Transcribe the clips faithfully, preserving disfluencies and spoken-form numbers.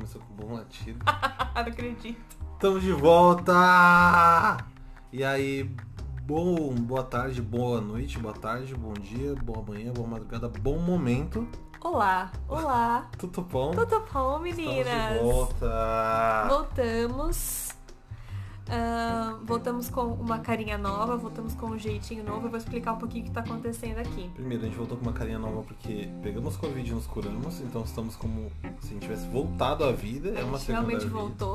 começou com um bom latido. Não acredito. Estamos de volta! E aí, bom, boa tarde, boa noite, boa tarde, bom dia, boa manhã, boa madrugada, bom momento. Olá, olá. Tudo bom? Tudo bom, meninas? Estamos de volta. Voltamos. Uh, voltamos com uma carinha nova, voltamos com um jeitinho novo. Eu vou explicar um pouquinho o que tá acontecendo aqui. Primeiro, a gente voltou com uma carinha nova porque pegamos Covid e nos curamos, então estamos como se a gente tivesse voltado à vida. É uma a gente segunda realmente vida. voltou.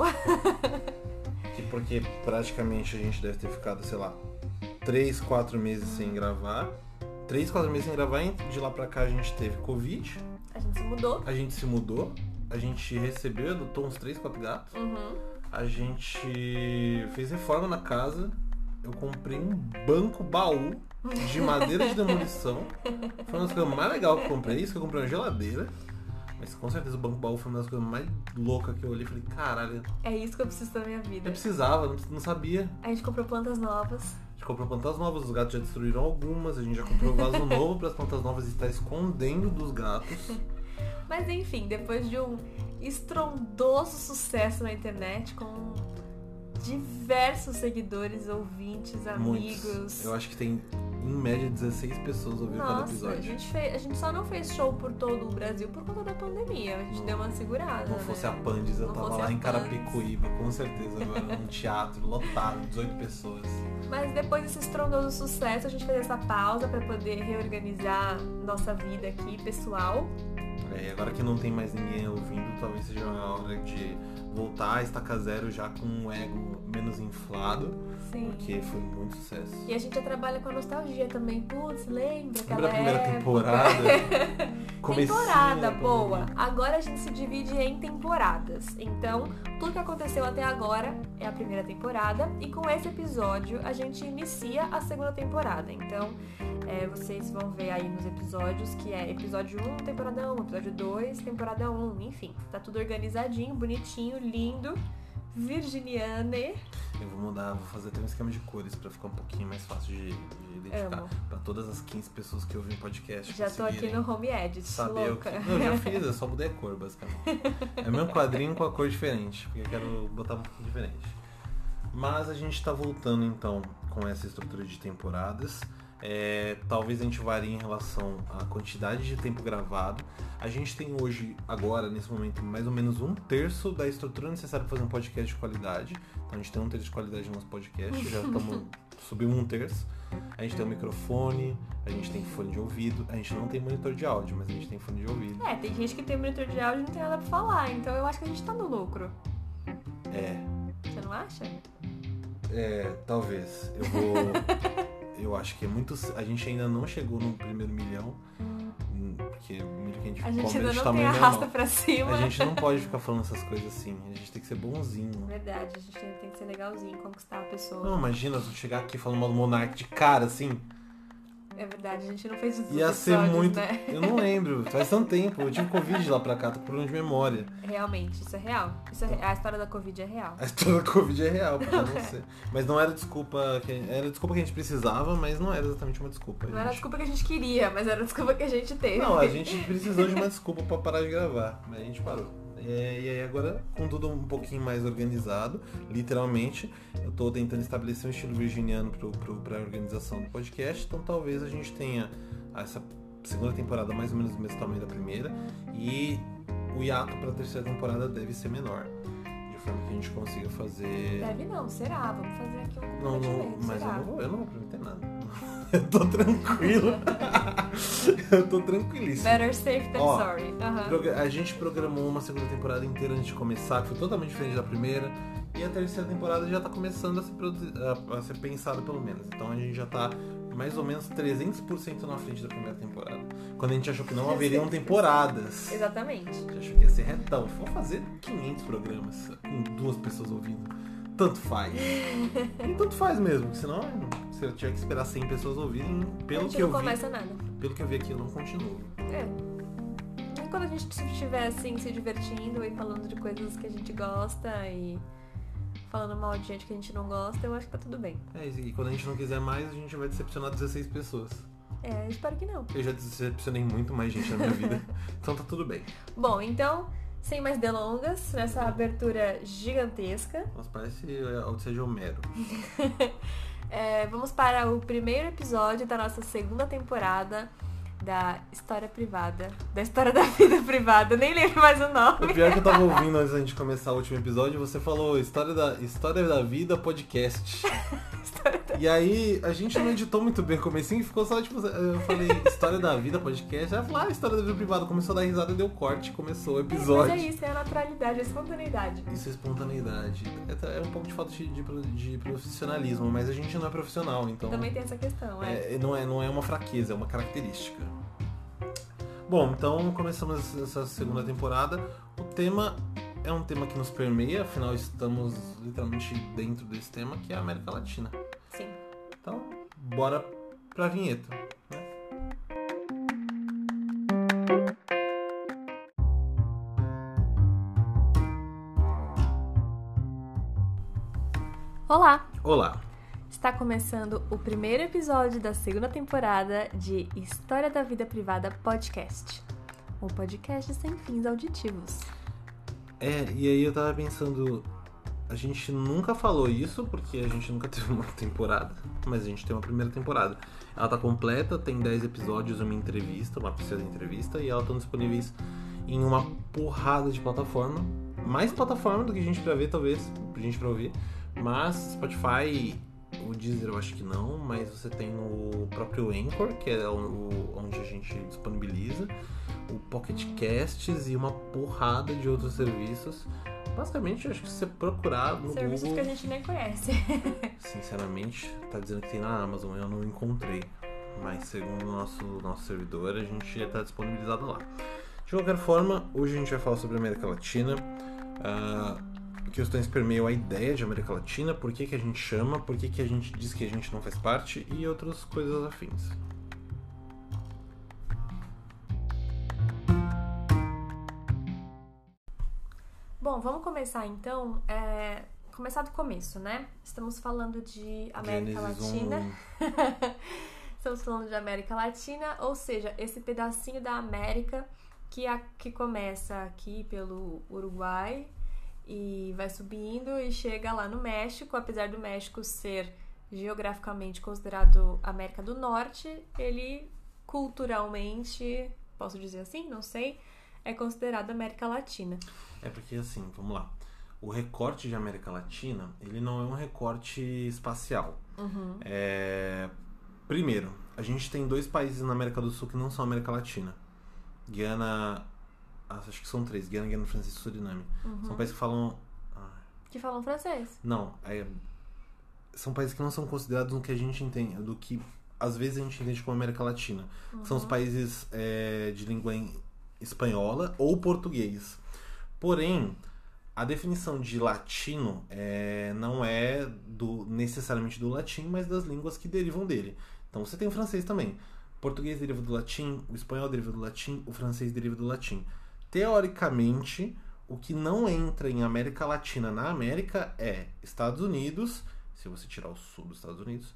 E porque praticamente a gente deve ter ficado, sei lá, três, quatro meses sem gravar. três, quatro meses sem gravar, e de lá pra cá a gente teve Covid. A gente se mudou. A gente se mudou. A gente recebeu, adotou uns três, quatro gatos. Uhum. A gente fez reforma na casa. Eu comprei um banco baú de madeira de demolição. Foi uma das coisas mais legais que eu comprei. Isso que eu comprei uma geladeira. Mas com certeza o banco baú foi uma das coisas mais loucas que eu olhei. Falei, caralho. É isso que eu preciso da minha vida. Eu precisava, não, não sabia. A gente comprou plantas novas. A gente comprou plantas novas, os gatos já destruíram algumas. A gente já comprou vaso novo para as plantas novas estar escondendo dos gatos. Mas enfim, depois de um estrondoso sucesso na internet, com diversos seguidores, ouvintes, amigos. Muitos. Eu acho que tem, em média, dezesseis pessoas ouvindo cada Nossa, episódio. a gente, fez, a gente só não fez show por todo o Brasil por conta da pandemia. A gente Não, deu uma segurada. Não fosse né? a Pandis, eu Não tava fosse lá a em Pandis. Carapicuíba, com certeza, agora num teatro lotado, dezoito pessoas. Mas depois desse estrondoso sucesso, a gente fez essa pausa pra poder reorganizar nossa vida aqui, pessoal. É, e agora que não tem mais ninguém ouvindo, talvez seja a hora de voltar a estacar zero já com um ego menos inflado. Sim. Porque foi muito sucesso. E a gente já trabalha com a nostalgia também. Putz, lembra aquela Lembra a primeira época? temporada? Comecinho Temporada, da boa. pandemia. Agora a gente se divide em temporadas. Então, tudo que aconteceu até agora é a primeira temporada. E com esse episódio, a gente inicia a segunda temporada. Então, é, vocês vão ver aí nos episódios que é episódio um, temporada um, episódio dois, temporada um. Enfim, tá tudo organizadinho, bonitinho, lindo, virginiane. Eu vou mudar, vou fazer até um esquema de cores pra ficar um pouquinho mais fácil de, de identificar. Amo. Pra todas as quinze pessoas que ouvem o podcast. Já tô aqui conseguirem no home edit, saber louca. o que... Não, eu já fiz, eu só mudei a cor, basicamente. É o mesmo quadrinho com a cor diferente, porque eu quero botar um pouquinho diferente. Mas a gente tá voltando, então, com essa estrutura de temporadas. É, talvez a gente varie em relação à quantidade de tempo gravado. A gente tem hoje, agora, nesse momento, mais ou menos um terço da estrutura necessária para fazer um podcast de qualidade. Então a gente tem um terço de qualidade no nosso podcast, já estamos subimos um terço. A gente tem um microfone, a gente tem fone de ouvido, a gente não tem monitor de áudio, mas a gente tem fone de ouvido. É, tem gente que tem monitor de áudio e não tem nada pra falar, então eu acho que a gente tá no lucro. É, Você não acha? é, talvez. Eu vou. Eu acho que é muito. A gente ainda não chegou no primeiro milhão. Porque o milho que a gente A gente come é ainda de não tamanho tem normal. arrasta pra cima. A gente não pode ficar falando essas coisas assim. A gente tem que ser bonzinho. Verdade, a gente tem, tem que ser legalzinho, conquistar a pessoa. Não, imagina se eu chegar aqui falando mal do Monark de cara, assim. É verdade, a gente não fez os Ia ser episódios, muito. né? Eu não lembro. Faz tanto tempo. Eu tive Covid de lá pra cá, tô com problema de memória. Realmente, isso é real. Isso é, a história da Covid é real. A história da Covid é real, podia não ser. Mas não era desculpa. Que... Era desculpa que a gente precisava, mas não era exatamente uma desculpa. A Não era a gente- desculpa que a gente queria, mas era a desculpa que a gente teve. Não, a gente precisou de uma desculpa pra parar de gravar, mas a gente parou. É, e aí agora, com tudo um pouquinho mais organizado, literalmente, eu tô tentando estabelecer um estilo virginiano pro, pro, pra organização do podcast, então talvez a gente tenha essa segunda temporada mais ou menos do mesmo tamanho da primeira, e o hiato pra terceira temporada deve ser menor, de forma que a gente consiga fazer... Deve não, será? Vamos fazer aqui um Não, não, comprometimento, mas eu será? não, vou, eu não vou prometer nada. Eu tô tranquilo. Eu tô tranquilíssimo. Better safe than Ó, sorry. Aham. Progra- A gente programou uma segunda temporada inteira antes de começar, que foi totalmente diferente da primeira. E a terceira temporada já tá começando a ser, produ- a- a ser pensada, pelo menos. Então a gente já tá mais ou menos trezentos por cento na frente da primeira temporada. Quando a gente achou que não haveriam temporadas. Exatamente. A gente achou que ia ser retão. Vamos fazer quinhentos programas com duas pessoas ouvindo. Tanto faz. E tanto faz mesmo, porque senão se eu tiver que esperar cem pessoas ouvirem, a pelo gente que eu não vi, começa nada. pelo que eu vi aqui, eu não continuo. É. E quando a gente estiver assim, se divertindo e falando de coisas que a gente gosta e falando mal de gente que a gente não gosta, eu acho que tá tudo bem. É isso, e quando a gente não quiser mais, a gente vai decepcionar dezesseis pessoas. É, eu espero que não. Eu já decepcionei muito mais gente na minha vida, então tá tudo bem. Bom, então, sem mais delongas, nessa abertura gigantesca. Nossa, parece a Odisseia de Homero. é, vamos para o primeiro episódio da nossa segunda temporada da História Privada. Da História da Vida Privada. Eu nem lembro mais o nome. O pior é que eu tava ouvindo antes da gente começar o último episódio, você falou História da, História da Vida Podcast. E aí, a gente não editou muito bem o comecinho, ficou só tipo, eu falei História da Vida Podcast, aí falou, ah, História da Vida Privada, começou a dar risada, deu corte, começou o episódio. Mas é isso, é a naturalidade, a espontaneidade. Isso é espontaneidade. É, é um pouco de falta de, de, de profissionalismo, mas a gente não é profissional, então... Também tem essa questão, é. é não, é não é uma fraqueza, é uma característica. Bom, então começamos essa segunda temporada. O tema é um tema que nos permeia, afinal estamos literalmente dentro desse tema, que é a América Latina. Sim. Então, bora pra vinheta, né? Olá! Olá! Está começando o primeiro episódio da segunda temporada de História da Vida Privada Podcast. Um podcast sem fins auditivos. É, e aí eu tava pensando... A gente nunca falou isso, porque a gente nunca teve uma temporada, mas a gente tem uma primeira temporada. Ela tá completa, tem dez episódios, uma entrevista, uma pseudo entrevista, e elas estão disponíveis em uma porrada de plataforma. Mais plataforma do que a gente pra ver, talvez, pra gente pra ouvir. Mas Spotify, o Deezer eu acho que não, mas você tem o próprio Anchor, que é o, onde a gente disponibiliza, o Pocket Casts e uma porrada de outros serviços. Basicamente, eu acho que se você procurar no Serviços Google... que a gente nem conhece. Sinceramente, tá dizendo que tem na Amazon, eu não encontrei. Mas segundo o nosso, nosso servidor, a gente já tá disponibilizado lá. De qualquer forma, hoje a gente vai falar sobre a América Latina. Uh, questões permeiam a ideia de América Latina, por que, que a gente chama, por que, que a gente diz que a gente não faz parte e outras coisas afins. Bom, vamos começar então, é, começar do começo, né? Estamos falando de América Gênesis Latina. um. Estamos falando de América Latina, ou seja, esse pedacinho da América que, a, que começa aqui pelo Uruguai e vai subindo e chega lá no México. Apesar do México ser geograficamente considerado América do Norte, ele culturalmente, posso dizer assim, não sei, é considerado América Latina. É porque assim, vamos lá. O recorte de América Latina, ele não é um recorte espacial. Uhum. É... Primeiro, a gente tem dois países na América do Sul que não são América Latina. Guiana... Acho que são três. Guiana, Guiana Francesa e Suriname. Uhum. São países que falam... Ah, Que falam francês. não, é... são países que não são considerados no que a gente entende, do que às vezes a gente entende como América Latina. Uhum. São os países é, de língua em espanhola ou português. Porém, a definição de latino é, não é do, necessariamente do latim, mas das línguas que derivam dele. Então você tem o francês também. O português deriva do latim, o espanhol deriva do latim, o francês deriva do latim. Teoricamente, o que não entra em América Latina na América é Estados Unidos, se você tirar o sul dos Estados Unidos,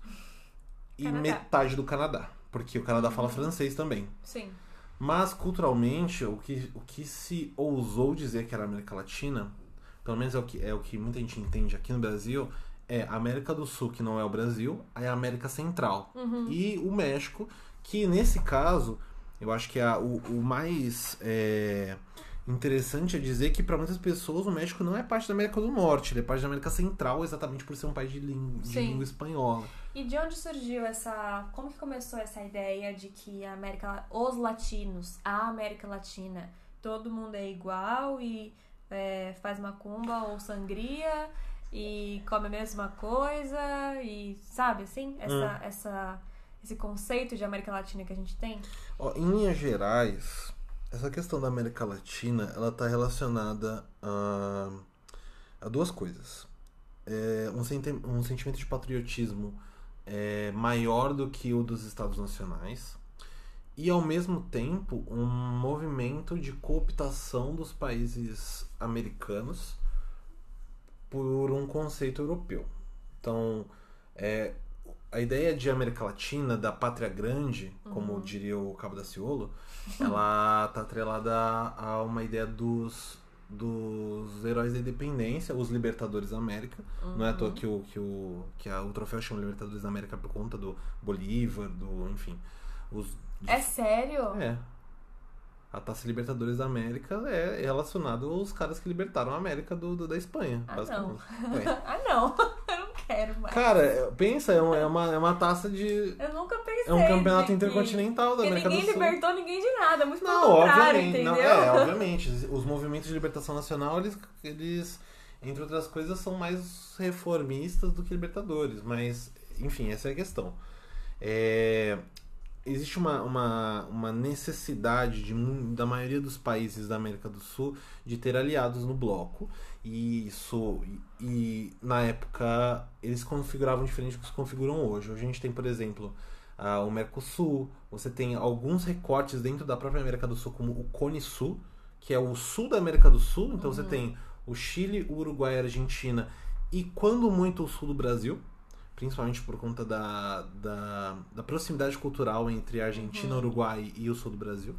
e Canadá. metade do Canadá, porque o Canadá fala francês também. Sim. Mas, culturalmente, o que, o que se ousou dizer que era América Latina, pelo menos é o que, é o que muita gente entende aqui no Brasil, é a América do Sul, que não é o Brasil, é a América Central. Uhum. E o México, que nesse caso, eu acho que é o, o mais é, interessante é dizer que para muitas pessoas o México não é parte da América do Norte, ele é parte da América Central, exatamente por ser um país de, língua, de língua espanhola. E de onde surgiu essa... Como que começou essa ideia de que a América... Os latinos, a América Latina, todo mundo é igual e é, faz macumba ou sangria e come a mesma coisa e... Sabe, assim? Essa, hum. essa, esse conceito de América Latina que a gente tem? Ó, em linhas gerais, essa questão da América Latina, ela está relacionada a, a duas coisas. É, um, senti- um sentimento de patriotismo é, maior do que o dos Estados Nacionais e, ao mesmo tempo, um movimento de cooptação dos países americanos por um conceito europeu. Então, é, a ideia de América Latina, da pátria grande, como Uhum. diria o Cabo Daciolo, ela está atrelada a uma ideia dos dos heróis da independência, os Libertadores da América. Uhum. Não é à toa que, o, que, o, que a, o troféu chama Libertadores da América por conta do Bolívar, do, enfim. Os, é sério? É. A Taça Libertadores da América é relacionada aos caras que libertaram a América do, do da Espanha, ah, basicamente. Não. ah, não. Eu não quero mais. Cara, pensa, é, um, é, uma, é uma taça de... Eu nunca pensei. É um campeonato que... intercontinental da América do Sul. Ninguém libertou ninguém de nada, muito pelo não, contrário, obviamente, entendeu? Não, é, obviamente. Os movimentos de libertação nacional, eles, eles, entre outras coisas, são mais reformistas do que libertadores. Mas, enfim, essa é a questão. É... Existe uma, uma, uma necessidade de, da maioria dos países da América do Sul de ter aliados no bloco. E isso, e, e na época eles configuravam diferente do que se configuram hoje. Hoje a gente tem, por exemplo, uh, o Mercosul, você tem alguns recortes dentro da própria América do Sul, como o Cone Sul, que é o sul da América do Sul. Então uhum. você tem o Chile, o Uruguai, a Argentina e, quando muito, o sul do Brasil. Principalmente por conta da, da, da proximidade cultural entre a Argentina, o uhum. Uruguai e o sul do Brasil.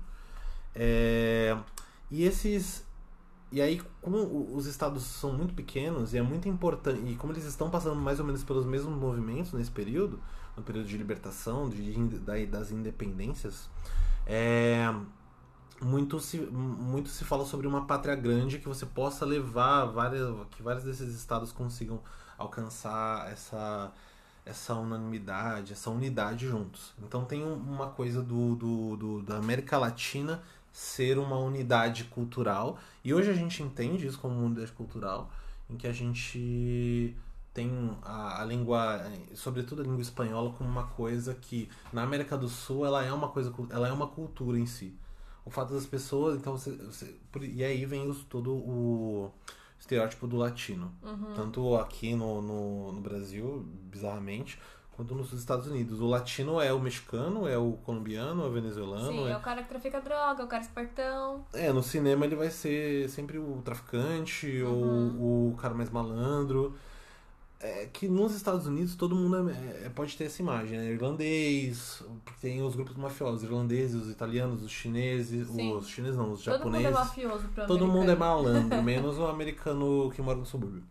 É, e esses... E aí, como os estados são muito pequenos, e é muito importante... E como eles estão passando mais ou menos pelos mesmos movimentos nesse período, no período de libertação, de, de, das independências, é, muito, se, muito se fala sobre uma pátria grande que você possa levar várias... Que vários desses estados consigam alcançar essa... essa unanimidade, essa unidade juntos. Então tem uma coisa do, do, do, da América Latina ser uma unidade cultural, e hoje a gente entende isso como uma unidade cultural, em que a gente tem a, a língua, sobretudo a língua espanhola, como uma coisa que na América do Sul ela é uma coisa, ela é uma cultura em si. O fato das pessoas, então você, você e aí vem os, todo o estereótipo do latino. Uhum. Tanto aqui no, no, no Brasil, bizarramente, quanto nos Estados Unidos. O latino é o mexicano, é o colombiano, é o venezuelano. Sim, é... é o cara que trafica droga, é o cara espertão. É, no cinema ele vai ser sempre o traficante, uhum. ou o cara mais malandro. É que nos Estados Unidos todo mundo é, é, pode ter essa imagem, né? Irlandês, porque tem os grupos mafiosos, irlandeses, os italianos, os chineses, Sim. os chineses não, os japoneses. Todo mundo é mafioso pro Todo americano. mundo é malandro, menos o americano que mora no subúrbio.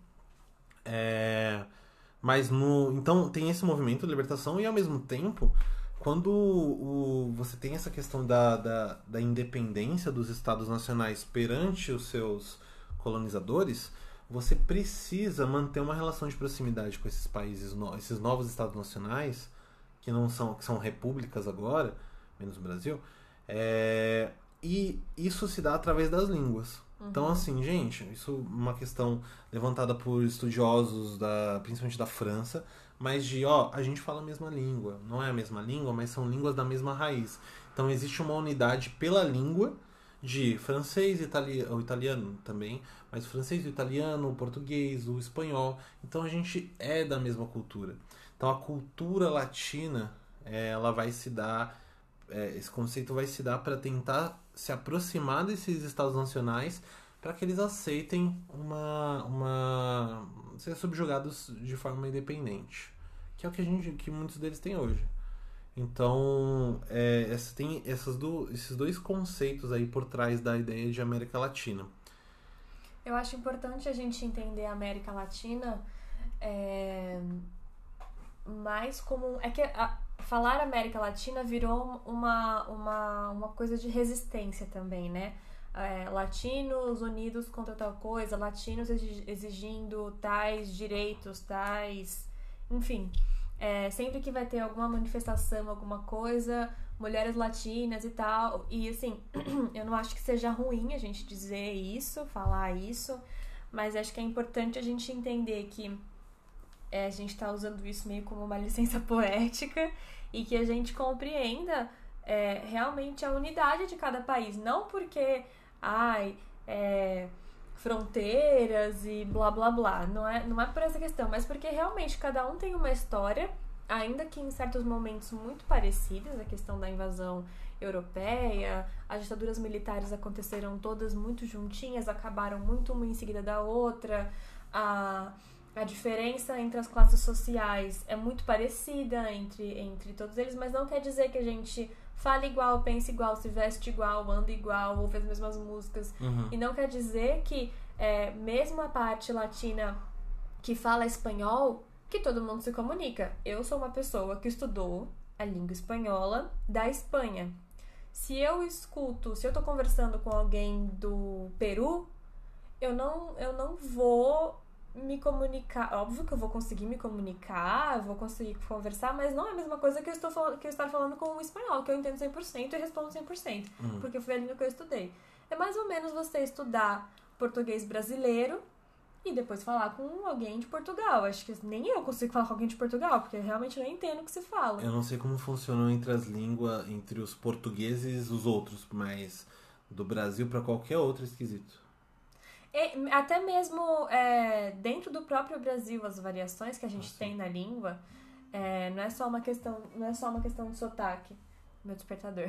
É, mas no, então tem esse movimento de libertação e ao mesmo tempo, quando o, você tem essa questão da, da, da independência dos estados nacionais perante os seus colonizadores, você precisa manter uma relação de proximidade com esses países, esses novos estados nacionais, que não são, que são repúblicas agora, menos o Brasil, é, e isso se dá através das línguas. Uhum. Então, assim, gente, isso é uma questão levantada por estudiosos, da, principalmente da França, mas de, ó, a gente fala a mesma língua. Não é a mesma língua, mas são línguas da mesma raiz. Então, existe uma unidade pela língua, de francês e italiano, o italiano também, mas o francês, o italiano, o português, o espanhol. Então a gente é da mesma cultura. Então a cultura latina, ela vai se dar, é, esse conceito vai se dar para tentar se aproximar desses estados nacionais para que eles aceitem uma, uma ser subjugados de forma independente, que é o que a gente, que muitos deles têm hoje. Então, é, essa, tem essas do, esses dois conceitos aí por trás da ideia de América Latina. Eu acho importante a gente entender a América Latina é, mais como... É que a, falar América Latina virou uma, uma, uma coisa de resistência também, né? É, latinos unidos contra tal coisa, latinos exigindo tais direitos, tais... Enfim... É, sempre que vai ter alguma manifestação, alguma coisa, mulheres latinas e tal. E assim, eu não acho que seja ruim a gente dizer isso, falar isso, mas acho que é importante a gente entender que é, a gente tá usando isso meio como uma licença poética e que a gente compreenda é, realmente a unidade de cada país. Não porque, ai, é... fronteiras e blá blá blá, não é, não é por essa questão, mas porque realmente cada um tem uma história, ainda que em certos momentos muito parecidas, a questão da invasão europeia, as ditaduras militares aconteceram todas muito juntinhas, acabaram muito uma em seguida da outra, a, a diferença entre as classes sociais é muito parecida entre, entre todos eles, mas não quer dizer que a gente fala igual, pensa igual, se veste igual, anda igual, ouve as mesmas músicas. Uhum. E não quer dizer que é, mesmo a parte latina que fala espanhol, que todo mundo se comunica. Eu sou uma pessoa que estudou a língua espanhola da Espanha. Se eu escuto, se eu tô conversando com alguém do Peru, eu não, eu não vou me comunicar. Óbvio que eu vou conseguir me comunicar, eu vou conseguir conversar, mas não é a mesma coisa que eu, estou falando, que eu estar falando com o espanhol, que eu entendo cem por cento e respondo cem por cento, Uhum. porque foi a língua que eu estudei. É mais ou menos você estudar português brasileiro e depois falar com alguém de Portugal. Acho que nem eu consigo falar com alguém de Portugal, porque eu realmente não entendo o que se fala. Eu não sei como funcionam entre as línguas, entre os portugueses e os outros, mas do Brasil pra qualquer outro é esquisito. E, até mesmo é, dentro do próprio Brasil, as variações que a gente Ah, tem na língua, é, não é só uma questão, não é só uma questão de sotaque. Meu despertador.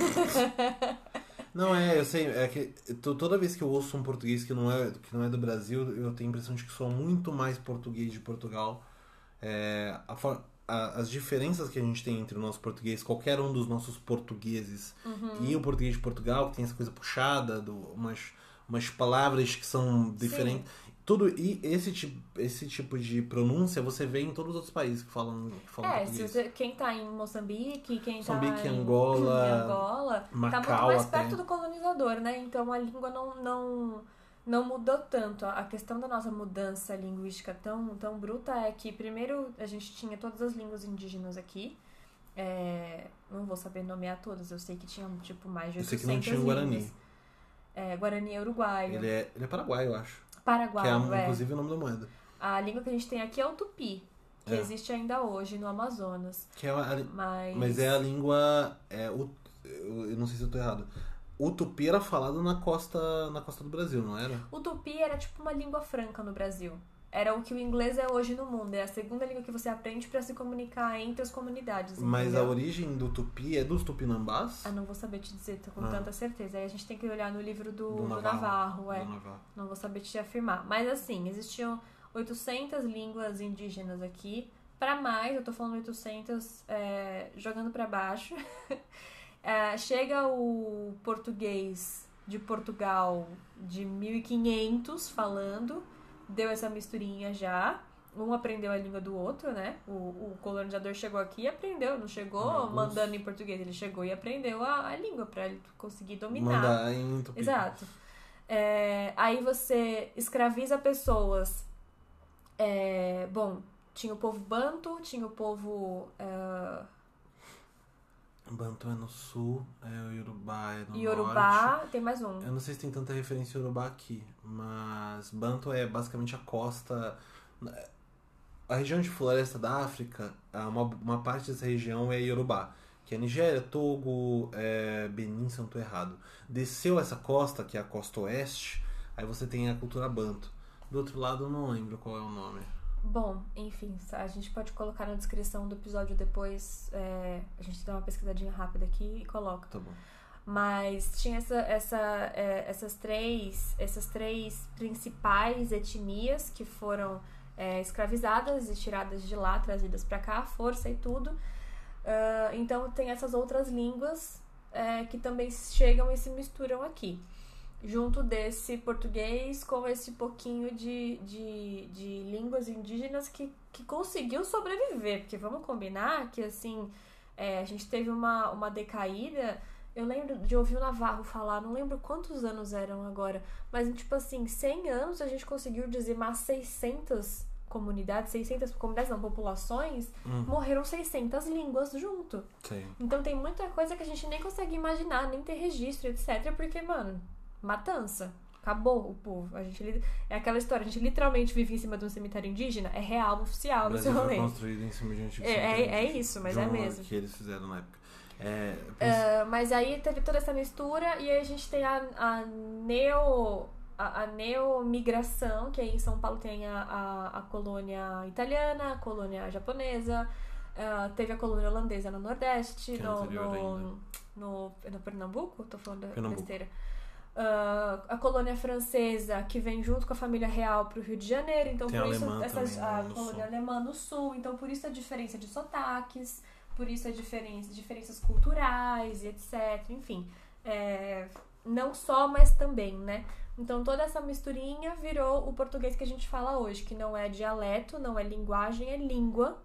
Não, é, eu sei, é que to- toda vez que eu ouço um português que não é, que não é do Brasil, eu tenho a impressão de que sou muito mais português de Portugal. É, a for- a- as diferenças que a gente tem entre o nosso português, qualquer um dos nossos portugueses e o português de Portugal, que tem essa coisa puxada, do, umas, umas palavras que são diferentes. Tudo, e esse tipo, esse tipo de pronúncia você vê em todos os outros países que falam, que falam É, se português. você, quem tá em Moçambique, quem Moçambique, tá em Angola, em Angola tá muito Macau mais até. perto do colonizador, né? Então a língua não, não, não mudou tanto. A questão da nossa mudança linguística tão, tão bruta é que, primeiro, a gente tinha todas as línguas indígenas aqui. É, não vou saber nomear todas, eu sei que tinha tipo mais de Eu sei oitocentas que não tinha o Guarani. línguas. É, Guarani é uruguaio. Ele é, ele é paraguaio, eu acho. Paraguai, Que é, é. inclusive, o nome da moeda. A língua que a gente tem aqui é o tupi, que É. existe ainda hoje no Amazonas. Que é a, a- Mas, mas é a língua. É, o, eu eu não sei se eu tô errado. O tupi era falado na costa, na costa do Brasil, não era? o tupi era tipo uma língua franca no Brasil. Era o que o inglês é hoje no mundo. É a segunda língua que você aprende pra se comunicar entre as comunidades. Mas a entendeu? origem do tupi é dos tupinambás? Ah, não vou saber te dizer com Ah. tanta certeza. Aí a gente tem que olhar no livro do, Do do Navarro. Navarro, é. Do Navarro. Não vou saber te afirmar. Mas assim, existiam oitocentas línguas indígenas aqui. Pra mais, eu tô falando oitocentas, é, jogando pra baixo. É, chega o português de Portugal de mil e quinhentos falando. Deu essa misturinha já. Um aprendeu a língua do outro, né? O, o colonizador chegou aqui e aprendeu. Não chegou Alguns. mandando em português. Ele chegou e aprendeu a, a língua pra ele conseguir dominar. Mandar em tupi. Exato. É, aí você escraviza pessoas. É, bom, tinha o povo banto, tinha o povo é, Bantu é no sul, é o Yorubá é no norte. Yorubá. Tem mais um. Eu não sei se tem tanta referência Yorubá aqui, mas Bantu é basicamente a costa. A região de floresta da África, uma, uma parte dessa região é Yorubá, que é Nigéria, Togo, é, Benin, se eu não tô errado. Desceu essa costa, que é a costa oeste, aí você tem a cultura Bantu. Do outro lado eu não lembro qual é o nome. Bom, enfim, a gente pode colocar na descrição do episódio depois. É, a gente dá uma pesquisadinha rápida aqui e coloca. Tá bom. Mas tinha essa, essa, é, essas, três, essas três principais etnias que foram é, escravizadas e tiradas de lá, trazidas pra cá, à força e tudo. Uh, então tem essas outras línguas é, que também chegam e se misturam aqui. Junto desse português com esse pouquinho de, de, de línguas indígenas que, que conseguiu sobreviver. Porque vamos combinar que, assim, é, a gente teve uma, uma decaída. Eu lembro de ouvir o Navarro falar, não lembro quantos anos eram agora, mas, tipo assim, cem anos a gente conseguiu dizimar seiscentas comunidades, seiscentas comunidades, não, populações, Hum. morreram seiscentas línguas junto. Sim. Então tem muita coisa que a gente nem consegue imaginar, nem ter registro, etcétera. Porque, mano, matança. Acabou o povo. A gente, li- é aquela história, a gente literalmente vive em cima de um cemitério indígena, é real, oficial O no seu Brasil foi rolê. construído em cima de um antigo É, é, cemitério é isso, mas de é um mesmo. que eles fizeram na época. É, Ah, mas aí teve toda essa mistura e aí a gente tem a, a neo a, a neomigração, que aí em São Paulo tem a, a, a colônia italiana, a colônia japonesa, ah, teve a colônia holandesa no Nordeste, Que é no, anterior no, ainda. no, no Pernambuco, tô falando Pernambuco. besteira. Ah, a colônia francesa, que vem junto com a família real pro Rio de Janeiro, então Tem por a isso alemã essas, também, a no colônia sul. alemã no sul, então por isso a diferença de sotaques, por isso a diferença, diferenças culturais e etcétera. Enfim, é, não só, mas também, né? Então toda essa misturinha virou o português que a gente fala hoje, que não é dialeto, não é linguagem, é língua.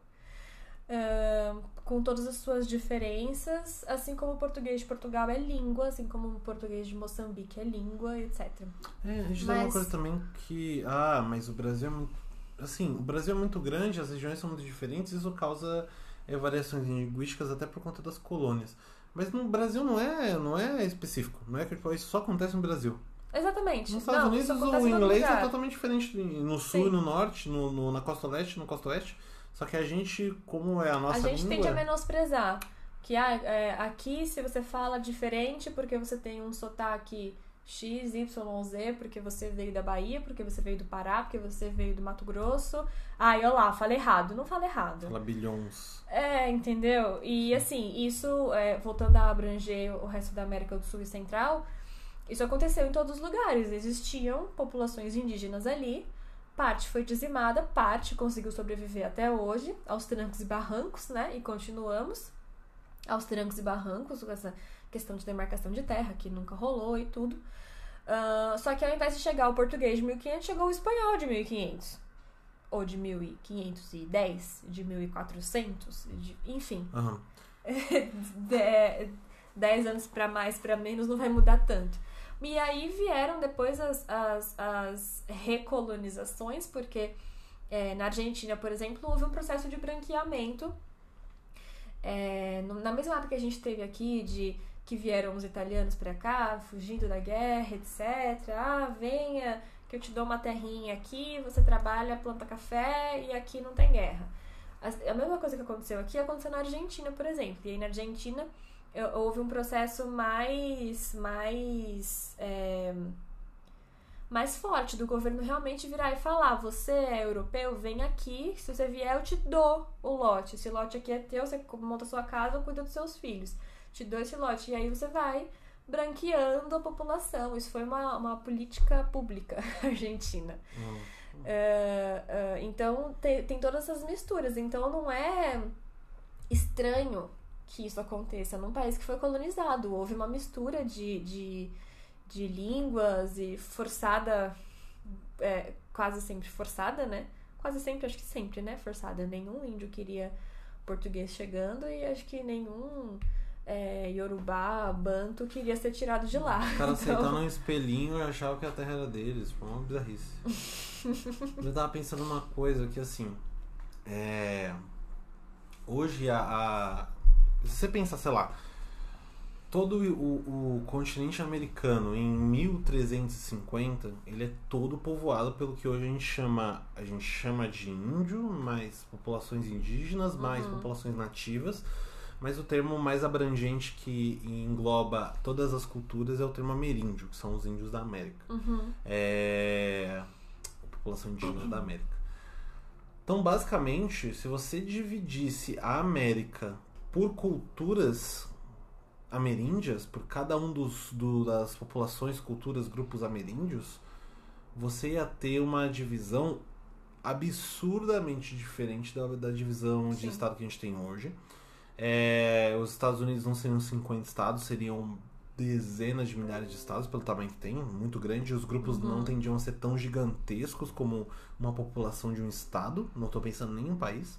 Uh, com todas as suas diferenças, assim como o português de Portugal é língua, assim como o português de Moçambique é língua, etcétera. É, a gente mas... tem uma coisa também que... Ah, mas o Brasil é muito... Assim, o Brasil é muito grande, as regiões são muito diferentes, isso causa é, variações linguísticas até por conta das colônias. Mas no Brasil não é, não é específico, não é que isso só acontece no Brasil. Exatamente. Nos Estados não, Unidos o inglês é totalmente diferente no sul Sim. e no norte, no, no, na costa leste, no costa oeste. Só que a gente, como é a nossa língua... A gente língua, tende a menosprezar. Que ah, é, aqui, se você fala diferente porque você tem um sotaque X, Y, Z, porque você veio da Bahia, porque você veio do Pará, porque você veio do Mato Grosso. Ai, olha lá, fala errado. Não fala errado. Fala bilhões. É, entendeu? E assim, isso, é, voltando a abranger o resto da América do Sul e Central, isso aconteceu em todos os lugares. Existiam populações indígenas ali. Parte foi dizimada, parte conseguiu sobreviver até hoje, aos trancos e barrancos, né? E continuamos aos trancos e barrancos, com essa questão de demarcação de terra, que nunca rolou e tudo. Uh, só que ao invés de chegar o português de mil e quinhentos, chegou o espanhol de mil e quinhentos. Ou de mil e quinhentos e dez, de mil e quatrocentos, de, enfim. Uhum. de, dez anos pra mais, pra menos, não vai mudar tanto. E aí vieram depois as, as, as recolonizações, porque é, na Argentina, por exemplo, houve um processo de branqueamento. É, na mesma época que a gente teve aqui, de que vieram os italianos pra cá, fugindo da guerra, etcétera. Ah, venha, que eu te dou uma terrinha aqui, você trabalha, planta café e aqui não tem guerra. A, a mesma coisa que aconteceu aqui aconteceu na Argentina, por exemplo. E aí na Argentina... houve um processo mais mais é, mais forte do governo realmente virar e falar: você é europeu, vem aqui, se você vier eu te dou o lote, esse lote aqui é teu, você monta a sua casa, cuida dos seus filhos, te dou esse lote, e aí você vai branqueando a população. Isso foi uma, uma política pública argentina. Uhum. Uh, uh, então tem, tem todas essas misturas, então não é estranho que isso aconteça num país que foi colonizado. Houve uma mistura de, de, de línguas e forçada, é, quase sempre forçada, né? Quase sempre, acho que sempre, né? Forçada. Nenhum índio queria português chegando e acho que nenhum é, Yorubá, Banto queria ser tirado de lá. O cara então... aceitando um espelhinho e achava que a terra era deles. Foi uma bizarrice. Eu tava pensando numa coisa que, assim, é... hoje a... a... se você pensar, sei lá, todo o, o continente americano em mil trezentos e cinquenta, ele é todo povoado pelo que hoje a gente chama, a gente chama de índio, mais populações indígenas, mais uhum. populações nativas, mas o termo mais abrangente que engloba todas as culturas é o termo ameríndio, que são os índios da América. Uhum. É... a população indígena uhum. da América. Então, basicamente, se você dividisse a América por culturas ameríndias, por cada um dos, do, das populações, culturas, grupos ameríndios, você ia ter uma divisão absurdamente diferente da, da divisão Sim. de estado que a gente tem hoje. É, os Estados Unidos não seriam cinquenta estados, seriam dezenas de milhares de estados pelo tamanho que tem, muito grande. Os grupos uhum. não tendiam a ser tão gigantescos como uma população de um estado, não estou pensando em nenhum país.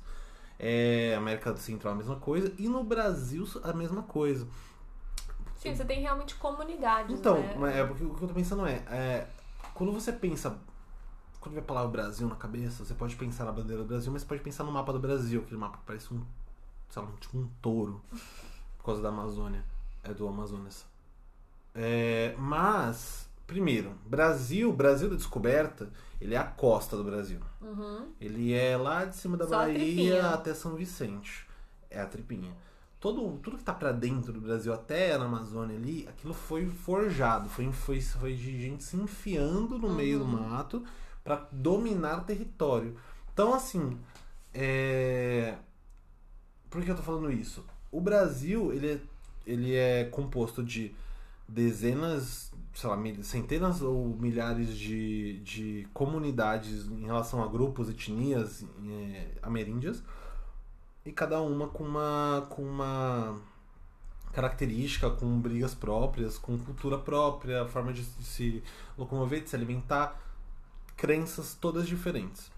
É, América Central a mesma coisa, e no Brasil a mesma coisa. Sim, você tem realmente comunidades, então, né? É, porque o que eu tô pensando é, é quando você pensa, quando vê a palavra Brasil na cabeça, você pode pensar na bandeira do Brasil, mas você pode pensar no mapa do Brasil, aquele mapa que parece um, sei lá, tipo um touro, por causa da Amazônia, é do Amazonas. É, mas, primeiro, Brasil, Brasil da descoberta, ele é a costa do Brasil. Uhum. Ele é lá de cima da Só Bahia até São Vicente. É a tripinha. Todo, tudo que tá pra dentro do Brasil, até na Amazônia ali, aquilo foi forjado. Foi, foi, foi de gente se enfiando no uhum. meio do mato pra dominar território. Então, assim, é... por que eu tô falando isso? O Brasil, ele é, ele é composto de dezenas, sei lá, centenas ou milhares de, de comunidades em relação a grupos, etnias é, ameríndias, e cada uma com uma, com uma característica, com brigas próprias, com cultura própria, forma de se locomover, de se alimentar, crenças todas diferentes.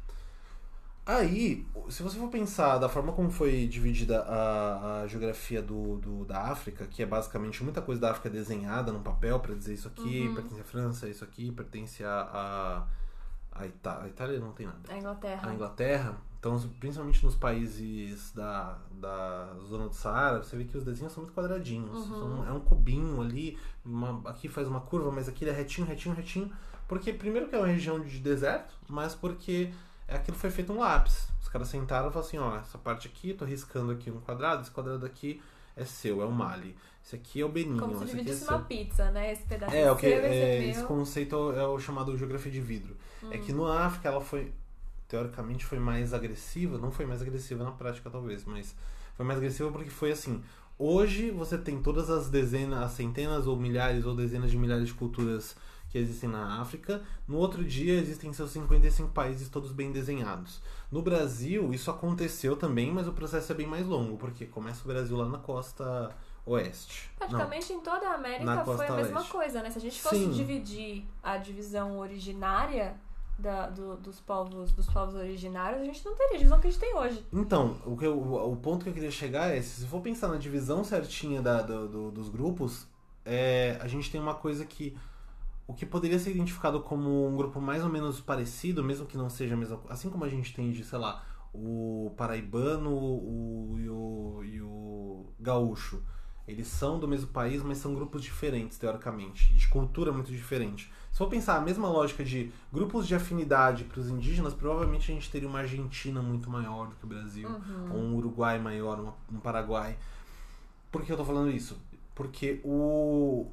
Aí, se você for pensar da forma como foi dividida a, a geografia do, do, da África, que é basicamente muita coisa da África desenhada num papel para dizer isso aqui, Uhum. pertence à França, isso aqui, pertence a, a, a, Ita- a Itália não tem nada. A Inglaterra. A Inglaterra, então principalmente nos países da, da zona do Saara, você vê que os desenhos são muito quadradinhos. Uhum. São- é um cubinho ali, uma, aqui faz uma curva, mas aqui ele é retinho, retinho, retinho. Porque primeiro que é uma região de deserto, mas porque aquilo foi feito um lápis. Os caras sentaram e falaram assim, ó, essa parte aqui, tô riscando aqui um quadrado, esse quadrado aqui é seu, é o Mali. Esse aqui é o Benin. Como se esse aqui é dividisse seu. uma pizza, né? Esse pedaço É, o que, seu, esse é, é esse meu. conceito é o chamado geografia de vidro. Hum. É que no África ela foi, teoricamente, foi mais agressiva. Não foi mais agressiva na prática, talvez, mas foi mais agressiva porque foi assim. Hoje você tem todas as dezenas, as centenas ou milhares ou dezenas de milhares de culturas que existem na África. No outro dia existem seus cinquenta e cinco países todos bem desenhados. No Brasil isso aconteceu também, mas o processo é bem mais longo, porque começa o Brasil lá na costa oeste. Praticamente em toda a América na foi costa a mesma leste. coisa, né? Se a gente fosse Sim. dividir a divisão originária da, do- dos, povos, dos povos originários, a gente não teria a divisão que a gente tem hoje. Então, o, que eu- o ponto que eu queria chegar é, se você for pensar na divisão certinha da, do- do- dos grupos, é, a gente tem uma coisa que o que poderia ser identificado como um grupo mais ou menos parecido, mesmo que não seja a mesma coisa, assim como a gente tem de, sei lá, o paraibano o, e, o, e o gaúcho. Eles são do mesmo país, mas são grupos diferentes, teoricamente, de cultura muito diferente. Se for pensar a mesma lógica de grupos de afinidade para os indígenas, provavelmente a gente teria uma Argentina muito maior do que o Brasil, ou um Uruguai maior, uma- um Paraguai. Por que eu tô falando isso? Porque o,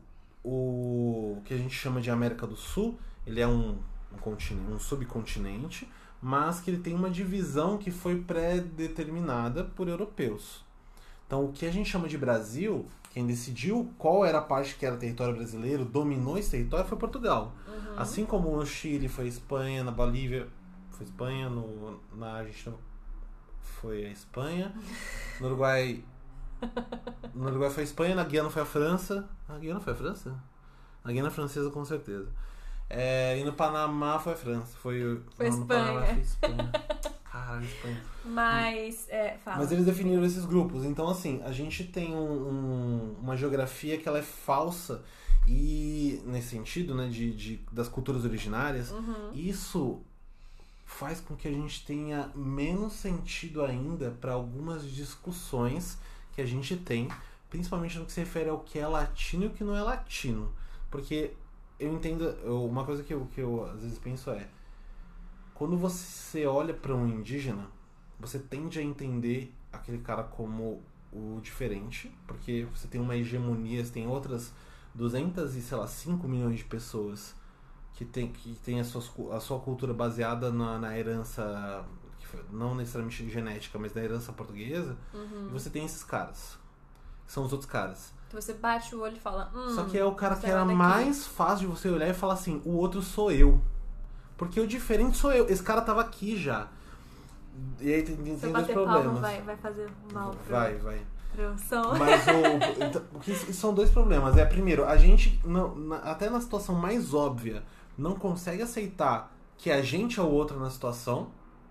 o que a gente chama de América do Sul, ele é um, um, continente, um subcontinente, mas que ele tem uma divisão que foi pré-determinada por europeus. Então, o que a gente chama de Brasil, quem decidiu qual era a parte que era território brasileiro, dominou esse território, foi Portugal. Assim como no Chile foi Espanha, na Bolívia foi Espanha, no, na Argentina foi a Espanha, no Uruguai no Uruguai foi a Espanha, na Guiana foi a França. Na Guiana foi a França? Na Guiana francesa, com certeza. É, e no Panamá foi a França. Foi, Foi não, no Panamá Espanha. foi Espanha. Caralho, Espanha. Mas, é, fala. Mas eles definiram esses grupos. Então, assim, a gente tem um- um- uma geografia que ela é falsa e, nesse sentido, né, de, de- das culturas originárias, Uhum. isso faz com que a gente tenha menos sentido ainda para algumas discussões que a gente tem, principalmente no que se refere ao que é latino e o que não é latino. Porque eu entendo, eu- uma coisa que eu, que eu às vezes penso é, quando você olha para um indígena, você tende a entender aquele cara como o diferente, porque você tem uma hegemonia, você tem outras duzentos e, sei lá, cinco milhões de pessoas que tem, que tem a, suas, cu- a sua cultura baseada na, na herança, que foi- não necessariamente genética, mas na herança portuguesa, Uhum. e você tem esses caras, que são os outros caras. Então você bate o olho e fala. Hum, Só que é o cara você que era daqui. mais fácil de você olhar e falar assim, o outro sou eu. Porque o diferente sou eu. Esse cara tava aqui já. E aí tem, tem Se eu dois bater problemas. palma, vai, vai fazer mal pro, Vai, vai. pro som. Mas o, então, o que são dois problemas. É, primeiro, a gente, não, na- até na situação mais óbvia, não consegue aceitar que a gente é o outro na situação.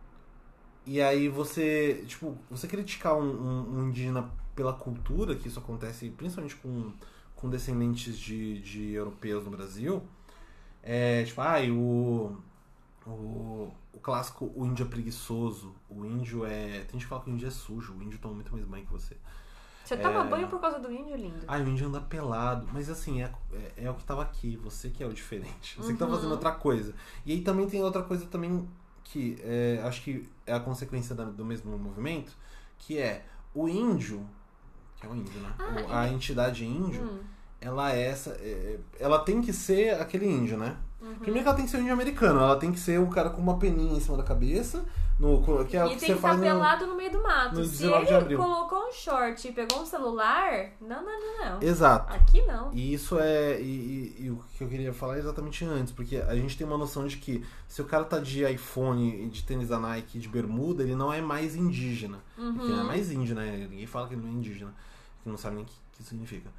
E aí você, tipo, você criticar um, um- um indígena pela cultura, que isso acontece principalmente com, com descendentes de, de europeus no Brasil, é tipo, ai, o, o, o clássico, o índio é preguiçoso, o índio é... Tem gente que fala que o índio é sujo, o índio toma muito mais banho que você. Você toma banho por causa do índio, lindo. Ah, o índio anda pelado. Mas assim, é, é, é o que tava aqui. Você que é o diferente. Você que tá Uhum. fazendo outra coisa. E aí também tem outra coisa também que é, acho que é a consequência da- do mesmo movimento, que é o índio, que é o índio, né? Ah, O- a entidade índio, Hum. ela é essa. é- ela tem que ser aquele índio, né? Uhum. Primeiro que ela tem que ser um índio americano, ela tem que ser um cara com uma peninha em cima da cabeça, no, que é o e que tem você que faz estar no, pelado no meio do mato. no Se dezenove de ele abril. colocou um short e pegou um celular, não, não, não, não. Exato. Aqui não. E isso é. E, e- e o que eu queria falar é exatamente antes, porque a gente tem uma noção de que se o cara tá de iPhone e de tênis da Nike de bermuda, ele não é mais indígena. Uhum. Porque não é mais índio, né? Ninguém fala que ele não é indígena. Que não sabe nem o que, que isso significa.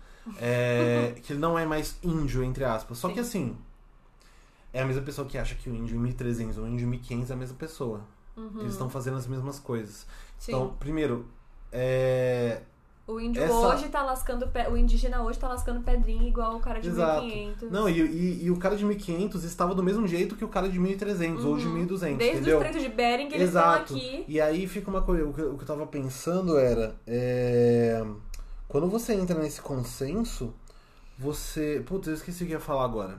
É, que ele não é mais índio, entre aspas. Só Sim. que assim. É a mesma pessoa que acha que o índio em mil e trezentos ou o índio em mil e quinhentos é a mesma pessoa. Uhum. Eles estão fazendo as mesmas coisas. Sim. Então, primeiro, é. O índio essa- hoje tá lascando... Pe... O indígena hoje tá lascando pedrinha igual o cara de Exato. mil e quinhentos. Não, e, e, e o cara de mil e quinhentos estava do mesmo jeito que o cara de mil e trezentos ou de mil e duzentos, Desde entendeu? os treitos de Bering, eles Exato. estão aqui. E aí fica uma coisa, o que, eu- o que eu tava pensando era, é, quando você entra nesse consenso, você... Putz, eu esqueci o que eu ia falar agora.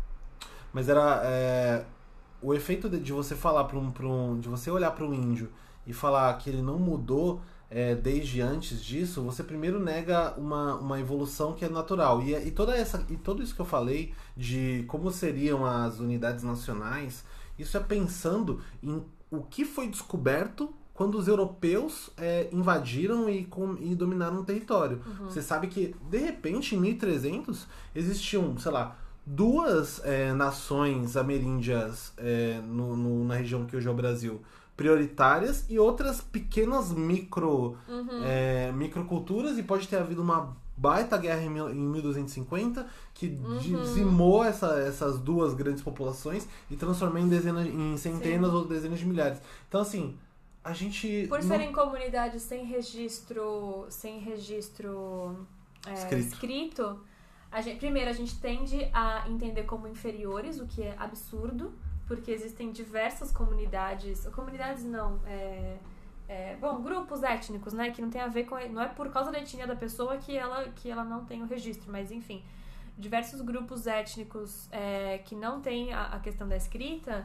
Mas era é, o efeito de, de você falar para um, pra um... De você olhar para um índio e falar que ele não mudou é, desde antes disso, você primeiro nega uma, uma evolução que é natural. E, e, toda essa, e tudo isso que eu falei de como seriam as unidades nacionais, isso é pensando em o que foi descoberto quando os europeus é, invadiram e, com, e dominaram o território. Uhum. Você sabe que, de repente, em mil e trezentos, existiam, sei lá, duas é, nações ameríndias é, no, no- na região que hoje é o Brasil, prioritárias, e outras pequenas micro, Uhum. é, microculturas, e pode ter havido uma baita guerra em, mil, em mil duzentos e cinquenta que Uhum. dizimou essa, essas duas grandes populações e transformou em dezenas, em centenas Sim. ou dezenas de milhares. Então, assim, a gente... Por não- serem comunidades sem registro, sem registro é, Escrito. escrito, a gente, primeiro a gente tende a entender como inferiores, o que é absurdo, porque existem diversas comunidades, comunidades não, é, é, bom, grupos étnicos, né, que não tem a ver com, não é por causa da etnia da pessoa que ela, que ela não tem o registro, mas enfim, diversos grupos étnicos é, que não tem a, a questão da escrita.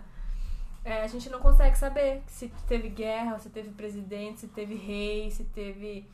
É, a gente não consegue saber se teve guerra, se teve presidente, se teve rei, se teve...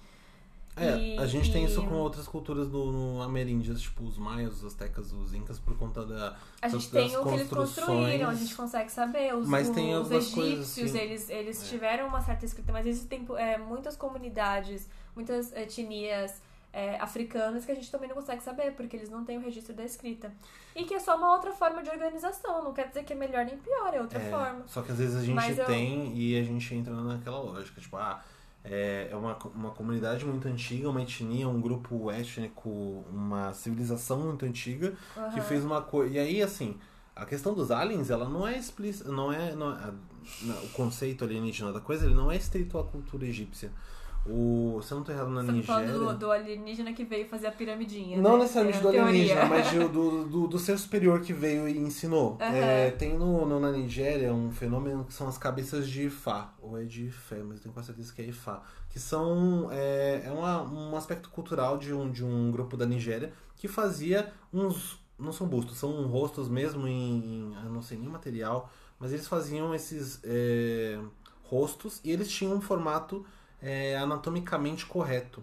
É, E- a gente tem e- isso com outras culturas do, no ameríndias, tipo os maias, os aztecas, os incas, por conta da, A gente das tem o que eles construções. construíram, a gente consegue saber. Os, Mas tem os algumas egípcios, coisas, assim. eles, eles É. tiveram uma certa escrita, mas existem é, muitas comunidades, muitas etnias é, africanas que a gente também não consegue saber, porque eles não têm o registro da escrita. E que é só uma outra forma de organização, não quer dizer que é melhor nem pior, é outra É, forma. Só que às vezes a gente Mas eu- tem e a gente entra naquela lógica, tipo, ah, é, é uma, uma comunidade muito antiga, uma etnia, um grupo étnico, uma civilização muito antiga que Aham. fez uma coisa. E aí, assim, a questão dos aliens, ela não é explícita, não é. Não é a- não, o conceito alienígena da coisa, ele não é estrito à cultura egípcia. O, se eu não tô errado, na Você tá falando Nigéria. do, do alienígena que veio fazer a piramidinha. Não né? necessariamente É a do alienígena, teoria. mas de- do, do, do ser superior que veio e ensinou. Aham. É, tem no, no- na Nigéria um fenômeno que são as cabeças de Ifá, ou é de Fé, mas eu tenho quase certeza que é Ifá. Que são. É, é uma- um aspecto cultural de um, de um grupo da Nigéria que fazia uns. Não são bustos, são rostos mesmo em. em- eu não sei nem material, mas eles faziam esses é, rostos e eles tinham um formato é, anatomicamente correto.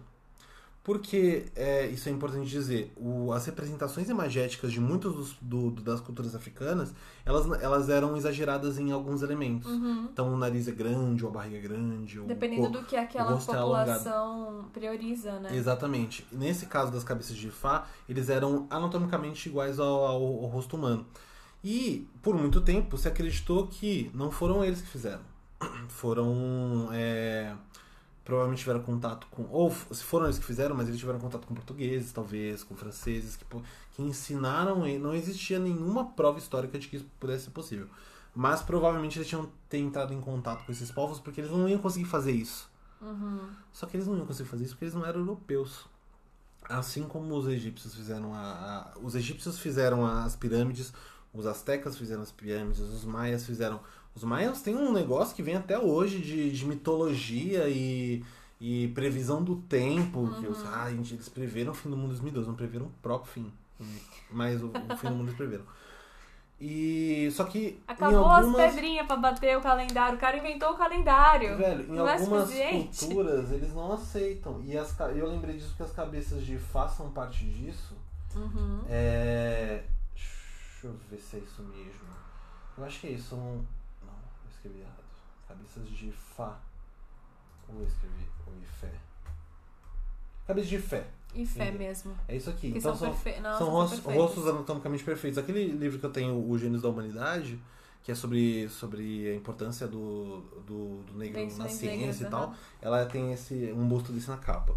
Porque, é, isso é importante dizer, o- as representações imagéticas de muitas dos- do- do- das culturas africanas, elas, elas eram exageradas em alguns elementos. Uhum. Então o nariz é grande, ou a barriga é grande, ou Dependendo o co- do que aquela rosto é alongado. população prioriza, né? Exatamente. Nesse caso das cabeças de Ifá, eles eram anatomicamente iguais ao, ao- ao rosto humano. E, por muito tempo, se acreditou que não foram eles que fizeram. Foram... é, provavelmente tiveram contato com... Ou se foram eles que fizeram, mas eles tiveram contato com portugueses, talvez, com franceses, que, po- que ensinaram... e não existia nenhuma prova histórica de que isso pudesse ser possível. Mas provavelmente eles tinham ter entrado em contato com esses povos porque eles não iam conseguir fazer isso. Uhum. Só que eles não iam conseguir fazer isso porque eles não eram europeus. Assim como os egípcios fizeram a, a- os egípcios fizeram as pirâmides, os astecas fizeram as pirâmides, os maias fizeram... Os maias têm um negócio que vem até hoje de, de mitologia e, e previsão do tempo. Que os, ah, gente, eles preveram o fim do mundo dos midos, não preveram o próprio fim. Mas o, o fim do mundo eles preveram. E só que Acabou em algumas... as pedrinhas pra bater o calendário. O cara inventou o calendário. Velho, em Não é algumas suficiente? culturas eles não aceitam. E as, ca- eu lembrei disso porque as cabeças de façam parte disso. Uhum. É... Deixa eu ver se é isso mesmo. Eu acho que é isso. Não, não eu escrevi errado. Cabeças de Fá. Ou eu escrevi ou Ifé. Cabeças de Fé. E fé mesmo. É isso aqui. Que então são, são, perfe... Nossa, são são rostos, perfeitos. rostos anatomicamente perfeitos. Aquele livro que eu tenho, O Gênios da Humanidade, que é sobre, sobre a importância do, do, do negro Bem, na bem ciência negras, e tal, uhum. ela tem esse, um busto desse na capa.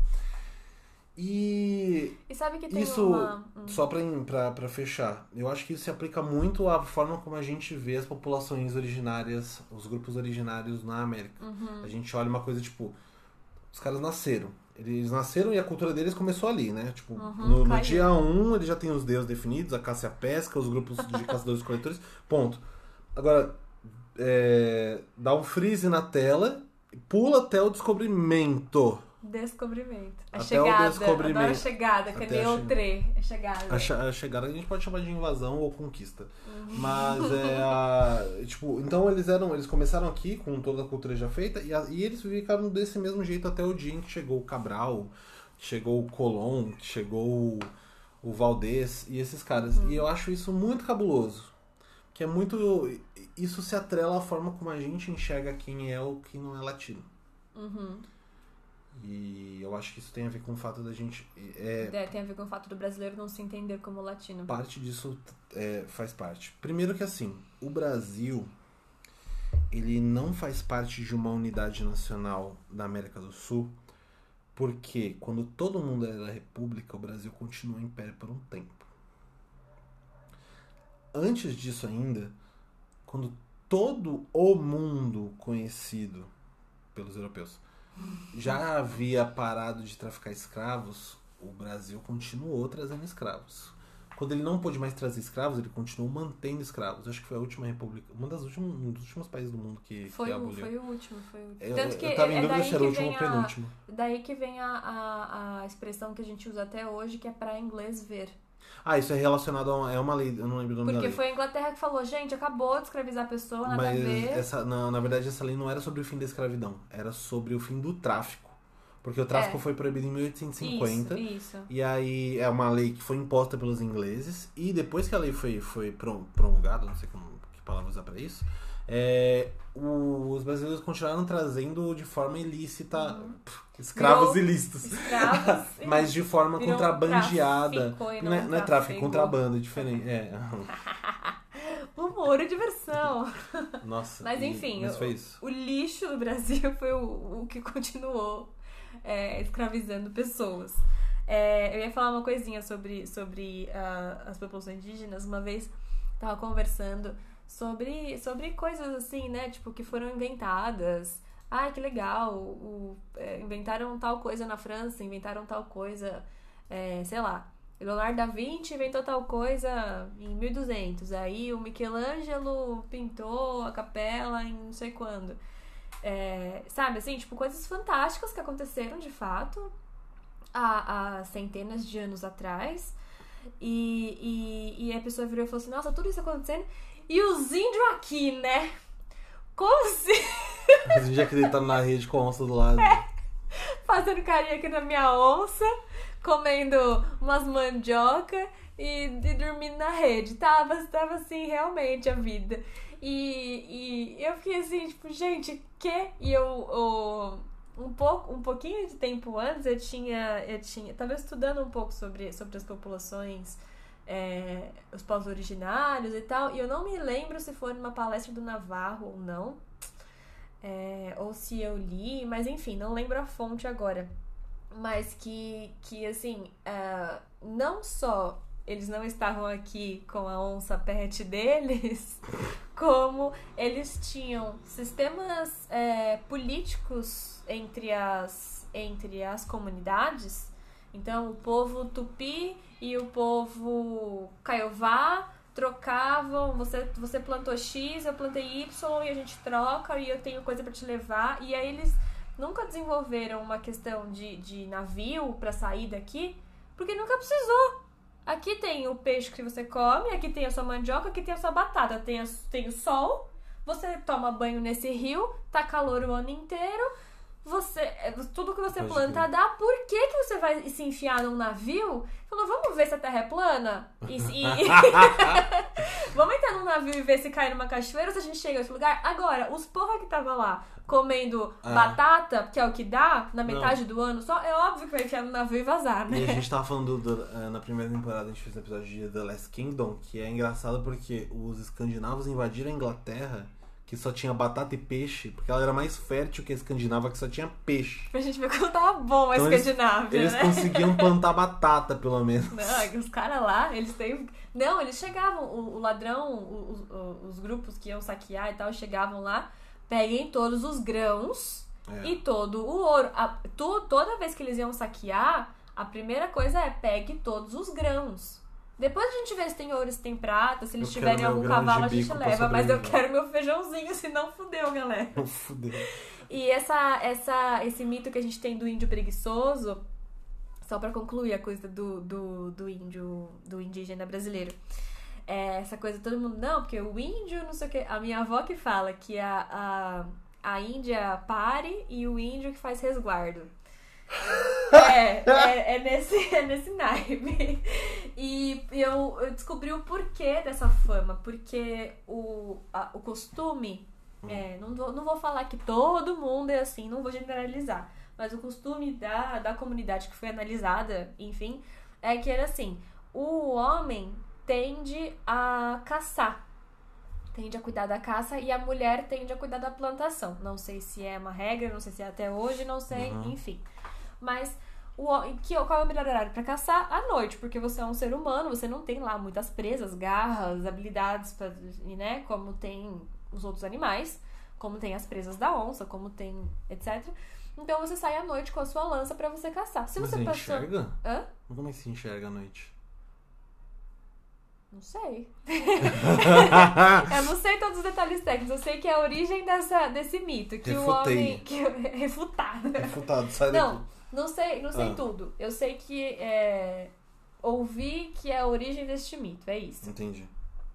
E E sabe que tem isso, uma... Hum. só pra, pra, pra fechar, eu acho que isso se aplica muito à forma como a gente vê as populações originárias, os grupos originários na América. Uhum. A gente olha uma coisa tipo, os caras nasceram. Eles nasceram e a cultura deles começou ali, né? Tipo, Uhum, no, no caiu. dia um ele já tem os deuses definidos, a caça e a pesca, os grupos de caçadores-coletores, ponto. Agora, é, dá um freeze na tela, pula até o descobrimento. Descobrimento. A Até chegada. o descobrimento. Adoro a chegada, que Até nem a o trê. A chegada. A, che- a chegada a gente pode chamar de invasão ou conquista. Uhum. Mas é a, tipo, então eles eram, eles começaram aqui com toda a cultura já feita e, a- e eles ficaram desse mesmo jeito até o dia em que chegou o Cabral, que chegou o Colón, que chegou o, o Valdés e esses caras. Uhum. E eu acho isso muito cabuloso. Que é muito. Isso se atrela à forma como a gente enxerga quem é ou quem não é latino. Uhum. E eu acho que isso tem a ver com o fato da gente. É, É, tem a ver com o fato do brasileiro não se entender como latino. parte disso é, faz parte. Primeiro que assim, o Brasil ele não faz parte de uma unidade nacional da América do Sul, porque quando todo mundo era república, o Brasil continuou império por um tempo. Antes disso ainda, quando todo o mundo conhecido pelos europeus já havia parado de traficar escravos, o Brasil continuou trazendo escravos. Quando ele não pôde mais trazer escravos, ele continuou mantendo escravos. Acho que foi a última república, uma das últimas, um dos últimos países do mundo que, Foi, que o, aboliu. foi o último, foi o último. Eu, Tanto que eu tava em é dúvida daí se era o que último vem ou a, penúltimo. daí que vem a, a, a expressão que a gente usa até hoje, que é pra inglês ver. Ah, isso é relacionado a uma, é uma lei, eu não lembro o nome da Porque lei. foi a Inglaterra que falou, gente, acabou de escravizar a pessoa, nada Mas a ver. essa, na, na verdade essa lei não era sobre o fim da escravidão, era sobre o fim do tráfico. Porque o tráfico É. foi proibido em mil oitocentos e cinquenta. Isso, isso. E aí é uma lei que foi imposta pelos ingleses. E depois que a lei foi, foi pro- promulgada, não sei como, que palavra usar pra isso, é, o- os brasileiros continuaram trazendo de forma ilícita Uhum. pff, escravos Virou ilícitos. Escravos. Mas de forma Virou contrabandeada. tráfico e Não é, não é tráfico, é trafego. contrabando, é diferente. É. Humor e diversão. Nossa. Mas e- enfim, mas o- foi isso. O lixo do Brasil foi o, o que continuou é, escravizando pessoas. É, eu ia falar uma coisinha sobre, sobre ah, as populações indígenas. Uma vez tava conversando sobre, sobre coisas assim, né? Tipo, que foram inventadas. Ai, que legal. O, é, inventaram tal coisa na França, inventaram tal coisa, é, sei lá. Leonardo da Vinci inventou tal coisa em mil e duzentos. Aí o Michelangelo pintou a capela em não sei quando. É, sabe, assim, tipo, coisas fantásticas que aconteceram de fato há, há centenas de anos atrás. E, e, e a pessoa virou e falou assim: nossa, tudo isso acontecendo. E os índios aqui, né? Como se A gente já acreditando na rede com a onça do lado. fazendo carinho aqui na minha onça, comendo umas mandioca e, e dormindo na rede. Tava, tava assim, realmente a vida. E, e eu fiquei assim, tipo, gente, que? E eu, o- um, pouco, um pouquinho de tempo antes, eu tinha, eu tinha, tava estudando um pouco sobre, sobre as populações, é, os povos originários e tal, e eu não me lembro se foi numa palestra do Navarro ou não, é, ou se eu li, mas enfim, não lembro a fonte agora. Mas que, que assim, ah, não só eles não estavam aqui com a onça pet deles, como eles tinham sistemas é, políticos entre as, entre as comunidades. Então, o povo tupi e o povo caiová trocavam, você, você plantou X, eu plantei Y, e a gente troca, e eu tenho coisa pra te levar. E aí eles nunca desenvolveram uma questão de, de navio pra sair daqui, porque nunca precisou. Aqui tem o peixe que você come, aqui tem a sua mandioca, aqui tem a sua batata, tem, a, tem o sol, você toma banho nesse rio, tá calor o ano inteiro, você, tudo que você Pode planta crer. dá, por que que você vai se enfiar num navio? Falou, vamos ver se a Terra é plana? E, e, Vamos entrar num navio e ver se cai numa cachoeira ou se a gente chega em outro lugar? Agora, os porra que tava lá comendo Ah. batata, que é o que dá, na metade do ano só, é óbvio que vai enfiar no navio e vazar, né? E a gente tava falando, do, do, na primeira temporada, a gente fez um episódio de The Last Kingdom, que é engraçado porque os escandinavos invadiram a Inglaterra, que só tinha batata e peixe, porque ela era mais fértil que a escandinava, que só tinha peixe. Pra gente ver como tava bom a Então eles- Escandinávia, Eles né? conseguiam plantar batata, pelo menos. Não, é que os caras lá, eles têm... Não, eles chegavam, o, o ladrão, o- o- os grupos que iam saquear e tal, chegavam lá, peguem todos os grãos É. e todo o ouro. A- tu- toda vez que eles iam saquear, a primeira coisa é pegue todos os grãos. Depois a gente vê se tem ouro, se tem prata, se eles Eu tiverem quero meu algum grão de cavalo a gente bico pra leva, mas eu sobreviver. quero meu feijãozinho, senão fudeu, galera. Fudeu. E essa, essa, esse mito que a gente tem do índio preguiçoso, só pra concluir a coisa do, do, do índio, do indígena brasileiro. É, essa coisa, todo mundo, não, porque o índio, não sei o que. A minha avó que fala que a, a, a Índia pare e o índio que faz resguardo. É, é, é, nesse, é nesse naipe. E eu, eu descobri o porquê dessa fama. Porque o, a- o costume, é, não, vou, não vou falar que todo mundo é assim, não vou generalizar. Mas o costume da, da comunidade que foi analisada, enfim, é que era assim: o homem tende a caçar. Tende a cuidar da caça e a mulher tende a cuidar da plantação. Não sei se é uma regra, não sei se é até hoje, não sei, Uhum. enfim. Mas o, ho- que, qual é o melhor horário pra caçar? À noite, porque você é um ser humano, você não tem lá muitas presas, garras, habilidades, pra, né? Como tem os outros animais, como tem as presas da onça, como tem, etcétera. Então você sai à noite com a sua lança pra você caçar. Se Mas você você passou. enxerga? Hã? Como é que se enxerga à noite? Não sei. Eu não sei todos os detalhes técnicos. Eu sei que é a origem dessa, desse mito. Que o Refutei. homem. Que, refutado. Refutado, sai Não, daqui. não sei, não sei Ah. tudo. Eu sei que é, ouvi que é a origem deste mito. É isso. Entendi.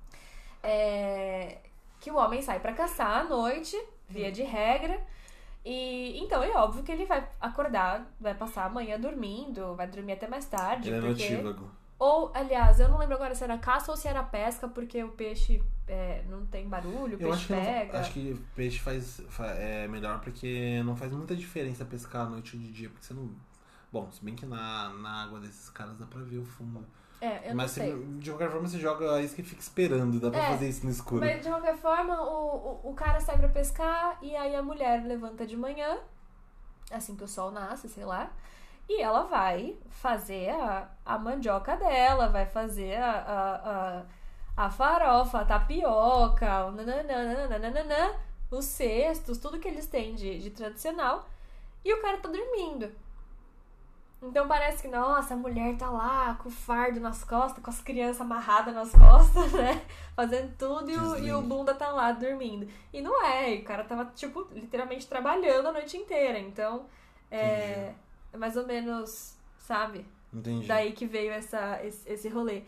É, que o homem sai pra caçar à noite, via de regra. E então é óbvio que ele vai acordar, vai passar a manhã dormindo, vai dormir até mais tarde. Ele é porque... notívago. Ou, aliás, eu não lembro agora se era caça ou se era pesca, porque o peixe é, não tem barulho, o Eu peixe acho que, não- pega. acho que peixe faz, fa- é melhor porque não faz muita diferença pescar à noite ou de dia, porque você não... Bom, se bem que na, na água desses caras dá pra ver o fundo. É, eu Mas não você- sei. de qualquer forma você joga a isca e fica esperando, dá pra É, fazer isso no escuro. Mas de qualquer forma, o, o, o cara sai pra pescar e aí a mulher levanta de manhã, assim que o sol nasce, sei lá, e ela vai fazer a, a mandioca dela, vai fazer a, a, a, a farofa, a tapioca, o nananã, nananã, os cestos, tudo que eles têm de, de tradicional, e o cara tá dormindo. Então parece que, nossa, a mulher tá lá com o fardo nas costas, com as crianças amarradas nas costas, né? Fazendo tudo e o, e o bunda tá lá dormindo. E não é, e o cara tava, tipo, literalmente trabalhando a noite inteira. Então, é, é mais ou menos, sabe? Entendi. Daí que veio essa, esse, esse rolê.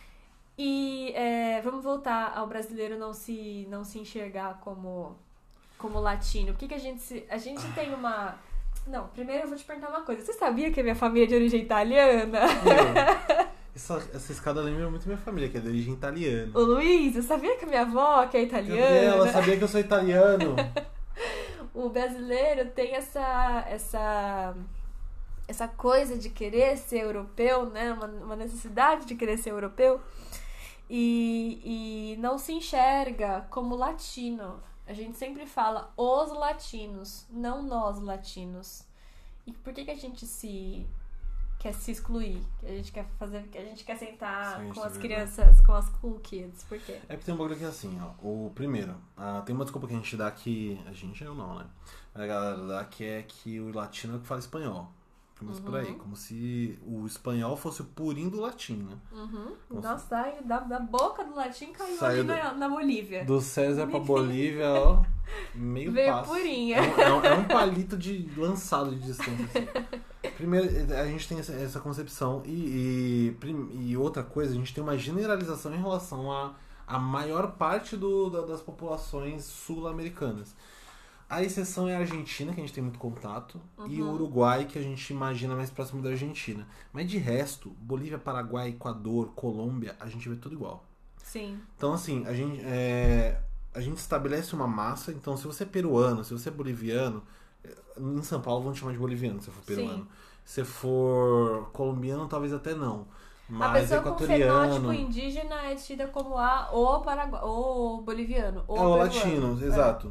E é, vamos voltar ao brasileiro não se, não se enxergar como, como latino. Por que, que a gente se. A gente tem uma. Não, primeiro eu vou te perguntar uma coisa. Você sabia que a minha família é de origem italiana? Meu, essa, essa escada lembra muito minha família, que é de origem italiana. Ô Luiz, você sabia que a minha avó que é italiana? Gabriela, sabia que eu sou italiano. O brasileiro tem essa, essa, essa coisa de querer ser europeu, né? Uma, uma necessidade de querer ser europeu e, e não se enxerga como latino. A gente sempre fala os latinos, não nós latinos. E por que, que a gente se quer se excluir? Que a gente quer fazer, que a gente quer sentar Sim, com isso é as verdade. crianças, com as cool kids? Por quê? É porque tem um bagulho que é assim, ó. O primeiro, ah, tem uma desculpa que a gente dá que. A gente eu não, né? A galera dá que é que o latino é o que fala espanhol. Começa por aí. Como se o espanhol fosse o purinho do latim, né? Uhum. Nossa. Nossa, sai da, da boca do latim caiu Saiu ali na, na Bolívia. Do César pra Bolívia, ó. Meio Veio passo. purinha. É um, é um- é um palito de lançado de distância. Assim. Primeiro, a gente tem essa, essa concepção. E, e, prim- e outra coisa, a gente tem uma generalização em relação à a, maior parte do, da- das populações sul-americanas. A exceção é a Argentina, que a gente tem muito contato, e o Uruguai, que a gente imagina mais próximo da Argentina. Mas de resto, Bolívia, Paraguai, Equador, Colômbia, a gente vê tudo igual. Sim. Então, assim, a gente, é, a gente estabelece uma massa. Então, se você é peruano, se você é boliviano, em São Paulo vão te chamar de boliviano se for peruano. Sim. Se for colombiano, talvez até não. A Mas pessoa com equatoriano... fenótipo indígena é tida como a ou Paraguai, ou boliviano, ou É o peruano. latino, exato.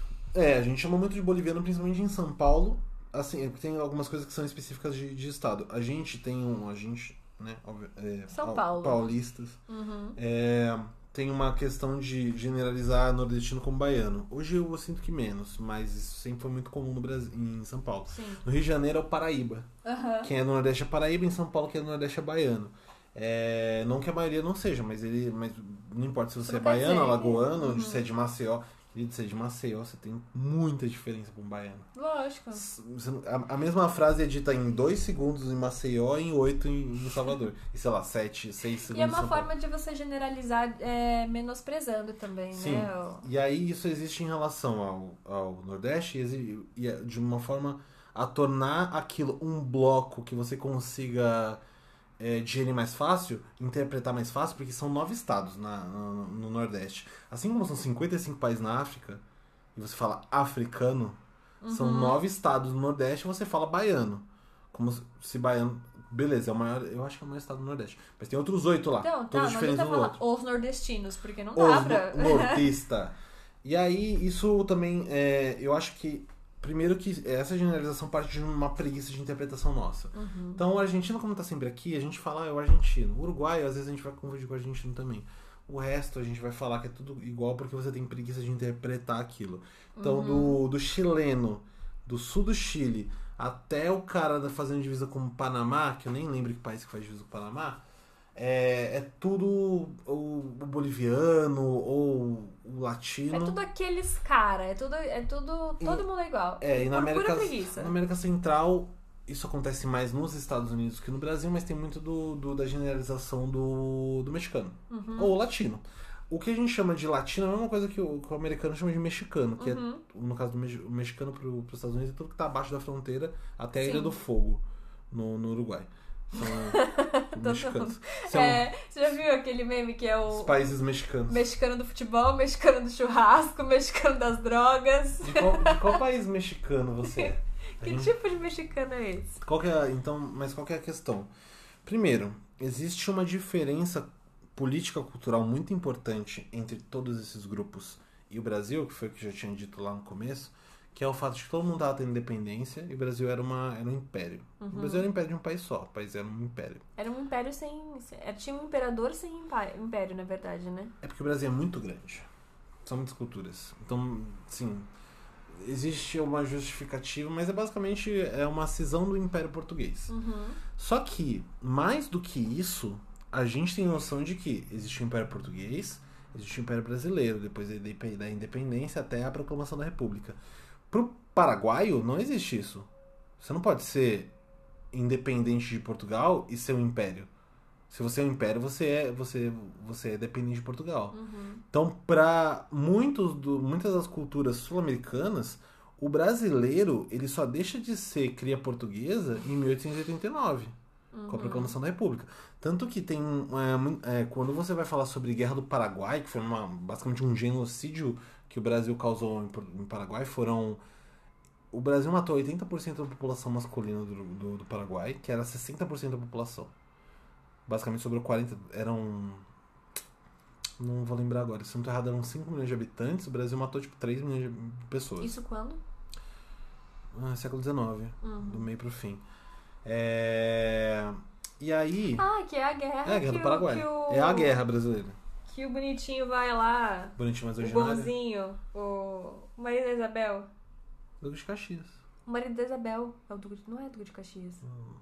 É, a gente chama muito de boliviano, principalmente em São Paulo. Assim, tem algumas coisas que são específicas de, de estado. A gente tem um... A gente, né? É, São Paulo. Paulistas. Uhum. É, tem uma questão de generalizar nordestino como baiano. Hoje eu sinto que menos, mas isso sempre foi muito comum no Brasil, em São Paulo. Sim. No Rio de Janeiro é o Paraíba. Uhum. Quem é do Nordeste é Paraíba, em São Paulo quem é do Nordeste é baiano. É, não que a maioria não seja, mas ele mas não importa se você Não é quer baiano, dizer, alagoano, uhum. se é de Maceió. Querido, se é de Maceió, você tem muita diferença com um baiano. Lógico. A, a mesma frase é dita em dois segundos em Maceió e em oito em, em Salvador. E sei lá, sete, seis segundos E é em uma São Paulo. forma de você generalizar é, menosprezando também, Sim. né? O- E aí isso existe em relação ao, ao Nordeste e, exi- e é de uma forma a tornar aquilo um bloco que você consiga é, digerir mais fácil, interpretar mais fácil, porque são nove estados na, no, no Nordeste. Assim como são cinquenta e cinco países na África, e você fala africano, são Uhum. nove estados no Nordeste e você fala baiano. Como se baiano... Beleza, é o maior, eu acho que é o maior estado do Nordeste. Mas tem outros oito lá, Então, tá, todos não diferentes adianta um do falar outro. os nordestinos, porque não dá Os pra... no- nortista. E aí, isso também, é, eu acho que, primeiro que essa generalização parte de uma preguiça de interpretação nossa. Uhum. Então, o argentino, como tá sempre aqui, a gente fala, ah, é o argentino. O uruguaio, às vezes a gente vai confundir com o argentino também. O resto, a gente vai falar que é tudo igual porque você tem preguiça de interpretar aquilo. Então, Uhum. do, do chileno, do sul do Chile, até o cara da fazendo divisa com o Panamá, que eu nem lembro que país que faz divisa com o Panamá, é, é tudo o, o boliviano ou o latino. É tudo aqueles cara, é tudo, é tudo, todo mundo é igual. É, e na Por América, pura preguiça. na América Central isso acontece mais nos Estados Unidos que no Brasil, mas tem muito do, do- da generalização do, do mexicano. Uhum. Ou latino. O que a gente chama de latino é a mesma coisa que o, que o americano chama de mexicano, que Uhum. é, no caso do mex- o mexicano para os Estados Unidos, é tudo que está abaixo da fronteira até a Sim. Ilha do Fogo, no, no Uruguai. São os mexicanos. São É, você já viu aquele meme que é os o países mexicanos. mexicano do futebol, mexicano do churrasco, mexicano das drogas? De qual, de qual país mexicano você é? A Que gente- tipo de mexicano é esse? Qual que é, então, mas qual que é a questão? Primeiro, existe uma diferença política cultural muito importante entre todos esses grupos e o Brasil, que foi o que eu já tinha dito lá no começo, que é o fato de que todo mundo estava tendo independência e o Brasil era, uma, era um império. O Brasil era um império de um país só, o país era um império. Era um império sem... sem- Tinha um imperador sem impa- império, na verdade, né? É porque o Brasil é muito grande. São muitas culturas. Então, sim, existe uma justificativa, mas é basicamente é uma cisão do Império Português. Uhum. Só que, mais do que isso, a gente tem noção de que existe o Império Português, existe o Império Brasileiro, depois da indep- da independência até a proclamação da República. Pro paraguaio, não existe isso. Você não pode ser independente de Portugal e ser um império. Se você é um império, você é, você, você é dependente de Portugal. Uhum. Então, para muitos do, muitas das culturas sul-americanas, o brasileiro ele só deixa de ser cria portuguesa em mil oitocentos e oitenta e nove, com a proclamação da República. Tanto que tem é, mu- é, quando você vai falar sobre Guerra do Paraguai, que foi uma, basicamente um genocídio que o Brasil causou em, Por- em Paraguai, foram o Brasil matou oitenta por cento da população masculina do, do, do Paraguai, que era sessenta por cento da população. Basicamente sobrou quarenta, eram não vou lembrar agora, se não tô errado, eram cinco milhões de habitantes, o Brasil matou tipo três milhões de pessoas. Isso quando? Ah, século dezenove, Uhum. do meio pro fim. É... E aí... Ah, que é a guerra, é a guerra que do o- Paraguai. que o... É a guerra brasileira. Que o bonitinho vai lá, Bonitinho mais o originário. bonzinho, o... o marido da Isabel. Duque de Caxias. O marido da Isabel. É o Duque de... Não é o Duque de Caxias.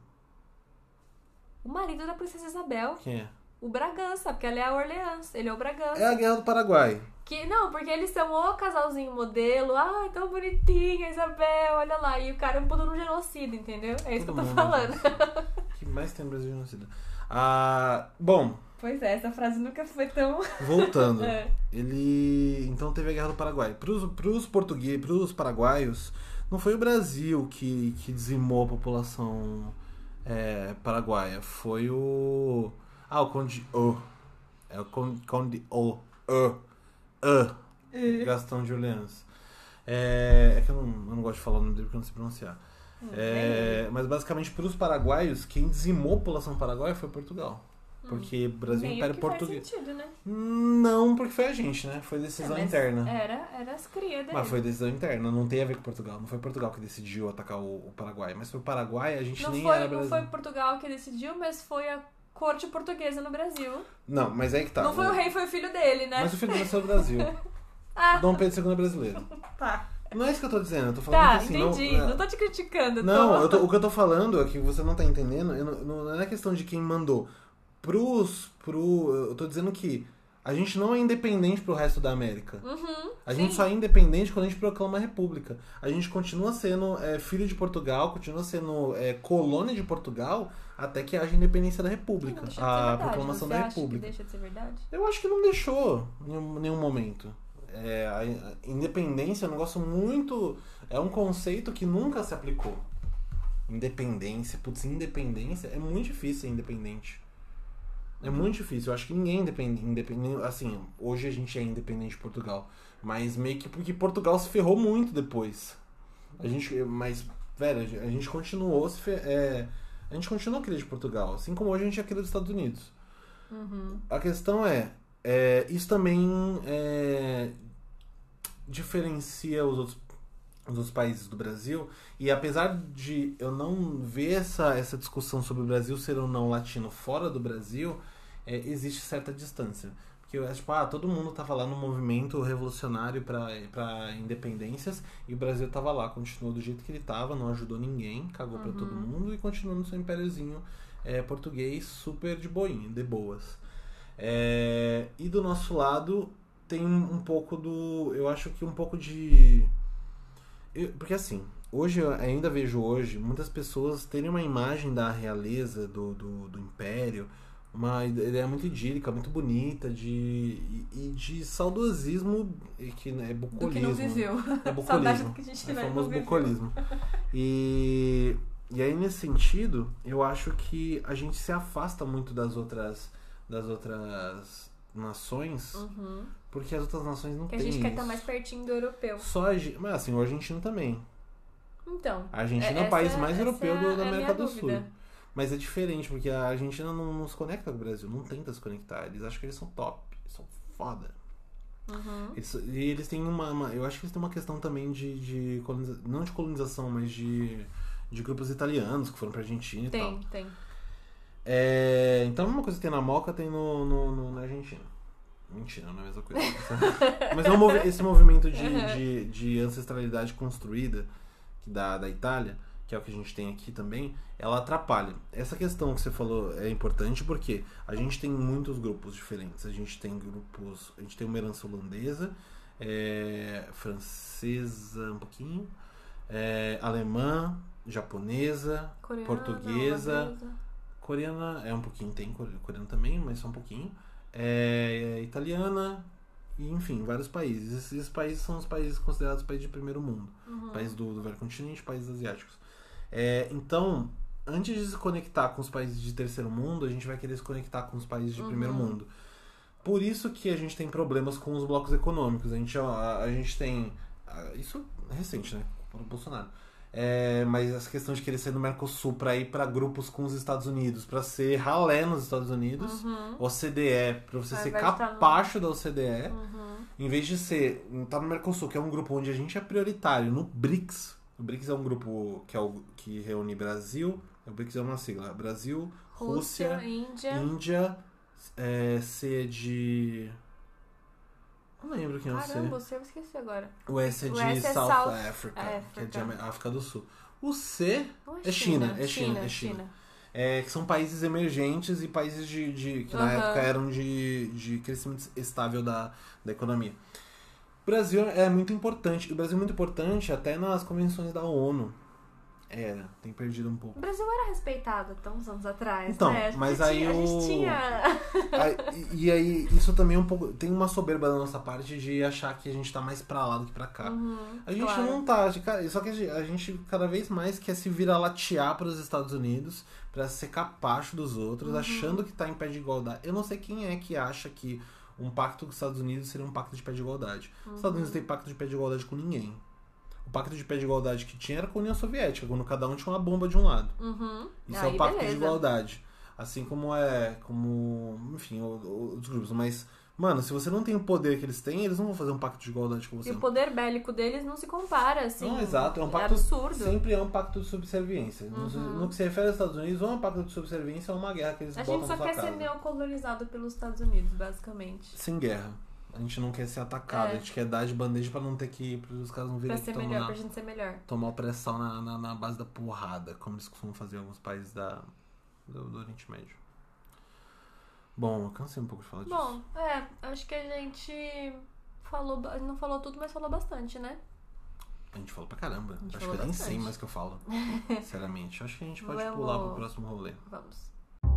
O marido da Princesa Isabel. Quem é? O Bragança, porque ela é a Orleans. Ele é o Bragança. É a guerra do Paraguai. Que, não, porque eles são o casalzinho modelo. Ai, tão bonitinha, Isabel, olha lá. E o cara é um puta no genocídio, entendeu? É isso Todo que eu tô mundo, falando. O que mais tem no Brasil genocida? Ah, bom, Pois é, essa frase nunca foi tão... voltando. É. Ele então teve a guerra do Paraguai. Pros, pros portugueses, pros paraguaios, não foi o Brasil que, que dizimou a população é, paraguaia. Foi o. Ah, o Conde. Oh, É o Conde, Conde o, o, o, Gastão de Orleans. É, é que eu não, eu não gosto de falar o nome dele porque eu não sei pronunciar. Hum, É, mas basicamente, para os paraguaios, quem dizimou a população paraguaia foi Portugal. Porque o Brasil é um Meio império que português. faz sentido, né? Não, porque foi a gente, né? Foi decisão É, mas interna. Era, era as crias dele. Mas foi decisão interna, não tem a ver com Portugal. Não foi Portugal que decidiu atacar o, o Paraguai. Mas foi o Paraguai, a gente Não nem foi, era não Brasil. foi Portugal que decidiu, mas foi a corte portuguesa no Brasil. Não, mas aí que tá. Não foi o rei, foi o filho dele, né? Mas o filho nasceu no Brasil. Ah, Dom Pedro segundo é brasileiro. tá. Não é isso que eu tô dizendo, eu tô falando Tá, que assim... entendi. Não, Não tô te criticando. não tô... eu tô- o que eu tô falando é que você não tá entendendo, eu não, não é questão de quem mandou. Pros... Pro, eu tô dizendo que a gente não é independente pro resto da América. Uhum, A gente sim. só é independente quando a gente proclama a república. A gente continua sendo é, filho de Portugal, continua sendo é, colônia de Portugal, até que haja independência da república. Não deixa de ser A verdade. proclamação Você da acha que república. deixa de ser verdade? Eu acho que não deixou em nenhum- nenhum momento. É, a, a independência é um negócio muito... É um conceito que nunca se aplicou. Independência, putz, independência é muito difícil ser independente. É muito difícil. Eu acho que ninguém é independente, independente. Assim, hoje a gente é independente de Portugal. Mas meio que porque Portugal se ferrou muito depois. A gente, mas, velho, a gente continuou se fer, é, a gente continuou querendo de Portugal. Assim como hoje a gente é querido dos Estados Unidos. Uhum. A questão é, é isso também é, diferencia os outros, os outros países do Brasil. E apesar de eu não ver essa, essa discussão sobre o Brasil ser ou não latino fora do Brasil, é, existe certa distância. Porque eu acho, tipo, ah, todo mundo tava lá no movimento revolucionário para independências e o Brasil tava lá, continuou do jeito que ele tava, não ajudou ninguém, cagou pra todo mundo e continuou no seu impériozinho é, português super de boinha, de boas. É, e do nosso lado tem um pouco do... Eu acho que um pouco de... eu- porque assim, hoje eu ainda vejo hoje muitas pessoas terem uma imagem da realeza, do, do, do império, uma ideia muito idílica, muito bonita, de, e, e de saudosismo, e que é Do bucolismo. que não viveu. É bucolismo. Saudade do que a gente É o não famoso viveu. bucolismo. E, e aí, nesse sentido, eu acho que a gente se afasta muito das outras, das outras nações, Uhum. porque as outras nações não Que a têm gente quer isso. estar mais pertinho do europeu. Só a gente, mas assim, o argentino também. Então. A Argentina é, essa- o país mais essa europeu é do- a- da é a América minha do dúvida. Sul. Mas é diferente, porque a Argentina não, não se conecta com o Brasil, não tenta se conectar. Eles acham que eles são top, eles são foda. Uhum. Eles, e eles têm uma, uma- Eu acho que eles têm uma questão também de, de coloniza, não de colonização, mas de, de grupos italianos que foram pra Argentina e tal. Tem, tem. É, então a mesma coisa que tem na Moca tem no, no, no- na Argentina. Mentira, não é a mesma coisa. Mas é um movi- esse movimento de, Uhum. de, de ancestralidade construída que da, da Itália, que é o que a gente tem aqui também, ela atrapalha. Essa questão que você falou é importante porque a gente tem muitos grupos diferentes. A gente tem grupos. A gente tem uma herança holandesa, é, francesa um pouquinho, é, alemã, japonesa, Coreana, portuguesa. holandesa. Coreana é um pouquinho, tem core- coreano também, mas só um pouquinho. É, italiana, e enfim, vários países. Esses, esses países são os países considerados países de primeiro mundo. Uhum. Países do, do velho continente, países asiáticos. É, então, antes de se conectar com os países de terceiro mundo, a gente vai querer se conectar com os países de Uhum. primeiro mundo. Por isso que a gente tem problemas com os blocos econômicos. A gente, a, a gente tem... a- Isso é recente, né? Para o Bolsonaro. É, mas essa questão de querer ser no Mercosul para ir para grupos com os Estados Unidos, para ser ralé nos Estados Unidos, Uhum. O C D E, para você Ao ser invés de tá no- capacho da O C D E, Uhum. em vez de ser, tá no Mercosul, que é um grupo onde a gente é prioritário, no BRICS. O BRICS é um grupo que, é o, que reúne Brasil, o BRICS é uma sigla, Brasil, Rússia, Rússia, Índia. Índia, é, C de... Não lembro quem é o C. Caramba, você eu esqueci agora. O S é O de S é South, South Africa, Africa. que é de Am- África do Sul. O C Não é China, é China, é China. é que são países emergentes e países de, de que na Aham. época eram de, de crescimento estável da, da economia. O Brasil é muito importante. O Brasil é muito importante até nas convenções da ONU. É, tem perdido um pouco. O Brasil era respeitado até uns anos atrás, então, né? Mas aí tinha, o... A gente tinha... aí, e, e aí, isso também é um pouco... Tem uma soberba da nossa parte de achar que a gente tá mais pra lá do que pra cá. Uhum, a gente claro. não tá. Só que a gente cada vez mais quer se viralatear pros Estados Unidos pra ser capacho dos outros, uhum. achando que tá em pé de igualdade. Eu não sei quem é que acha que um pacto com os Estados Unidos seria um pacto de pé de igualdade. Uhum. Os Estados Unidos não tem pacto de pé de igualdade com ninguém. O pacto de pé de igualdade que tinha era com a União Soviética, quando cada um tinha uma bomba de um lado. Uhum. Isso Aí, é o pacto beleza. de igualdade. Assim como é, como, enfim, outros grupos. Mas, mano, se você não tem o poder que eles têm, eles não vão fazer um pacto de igualdade com você. E o poder bélico deles não se compara, assim. Não, exato. É um pacto, é absurdo. Sempre é um pacto de subserviência. Uhum. No que se refere aos Estados Unidos, ou é um pacto de subserviência ou uma guerra que eles A botam gente na só sua quer casa. ser neocolonizado pelos Estados Unidos, basicamente. Sem guerra. A gente não quer ser atacado, É. a gente quer dar de bandeja pra não ter que ir, para os caras não virem Pra ser aqui melhor, tomar, pra gente ser melhor. tomar opressão na, na, na base da porrada, como eles costumam fazer em alguns países da, do, do Oriente Médio. Bom, eu cansei um pouco de falar disso. Bom, é, acho que a gente falou, ba- não falou tudo, mas falou bastante, né? A gente falou pra caramba. gente Acho falou que eu nem bastante. sei mais o que eu falo. Sinceramente. Acho que a gente pode Vamos- pular pro próximo rolê. Vamos.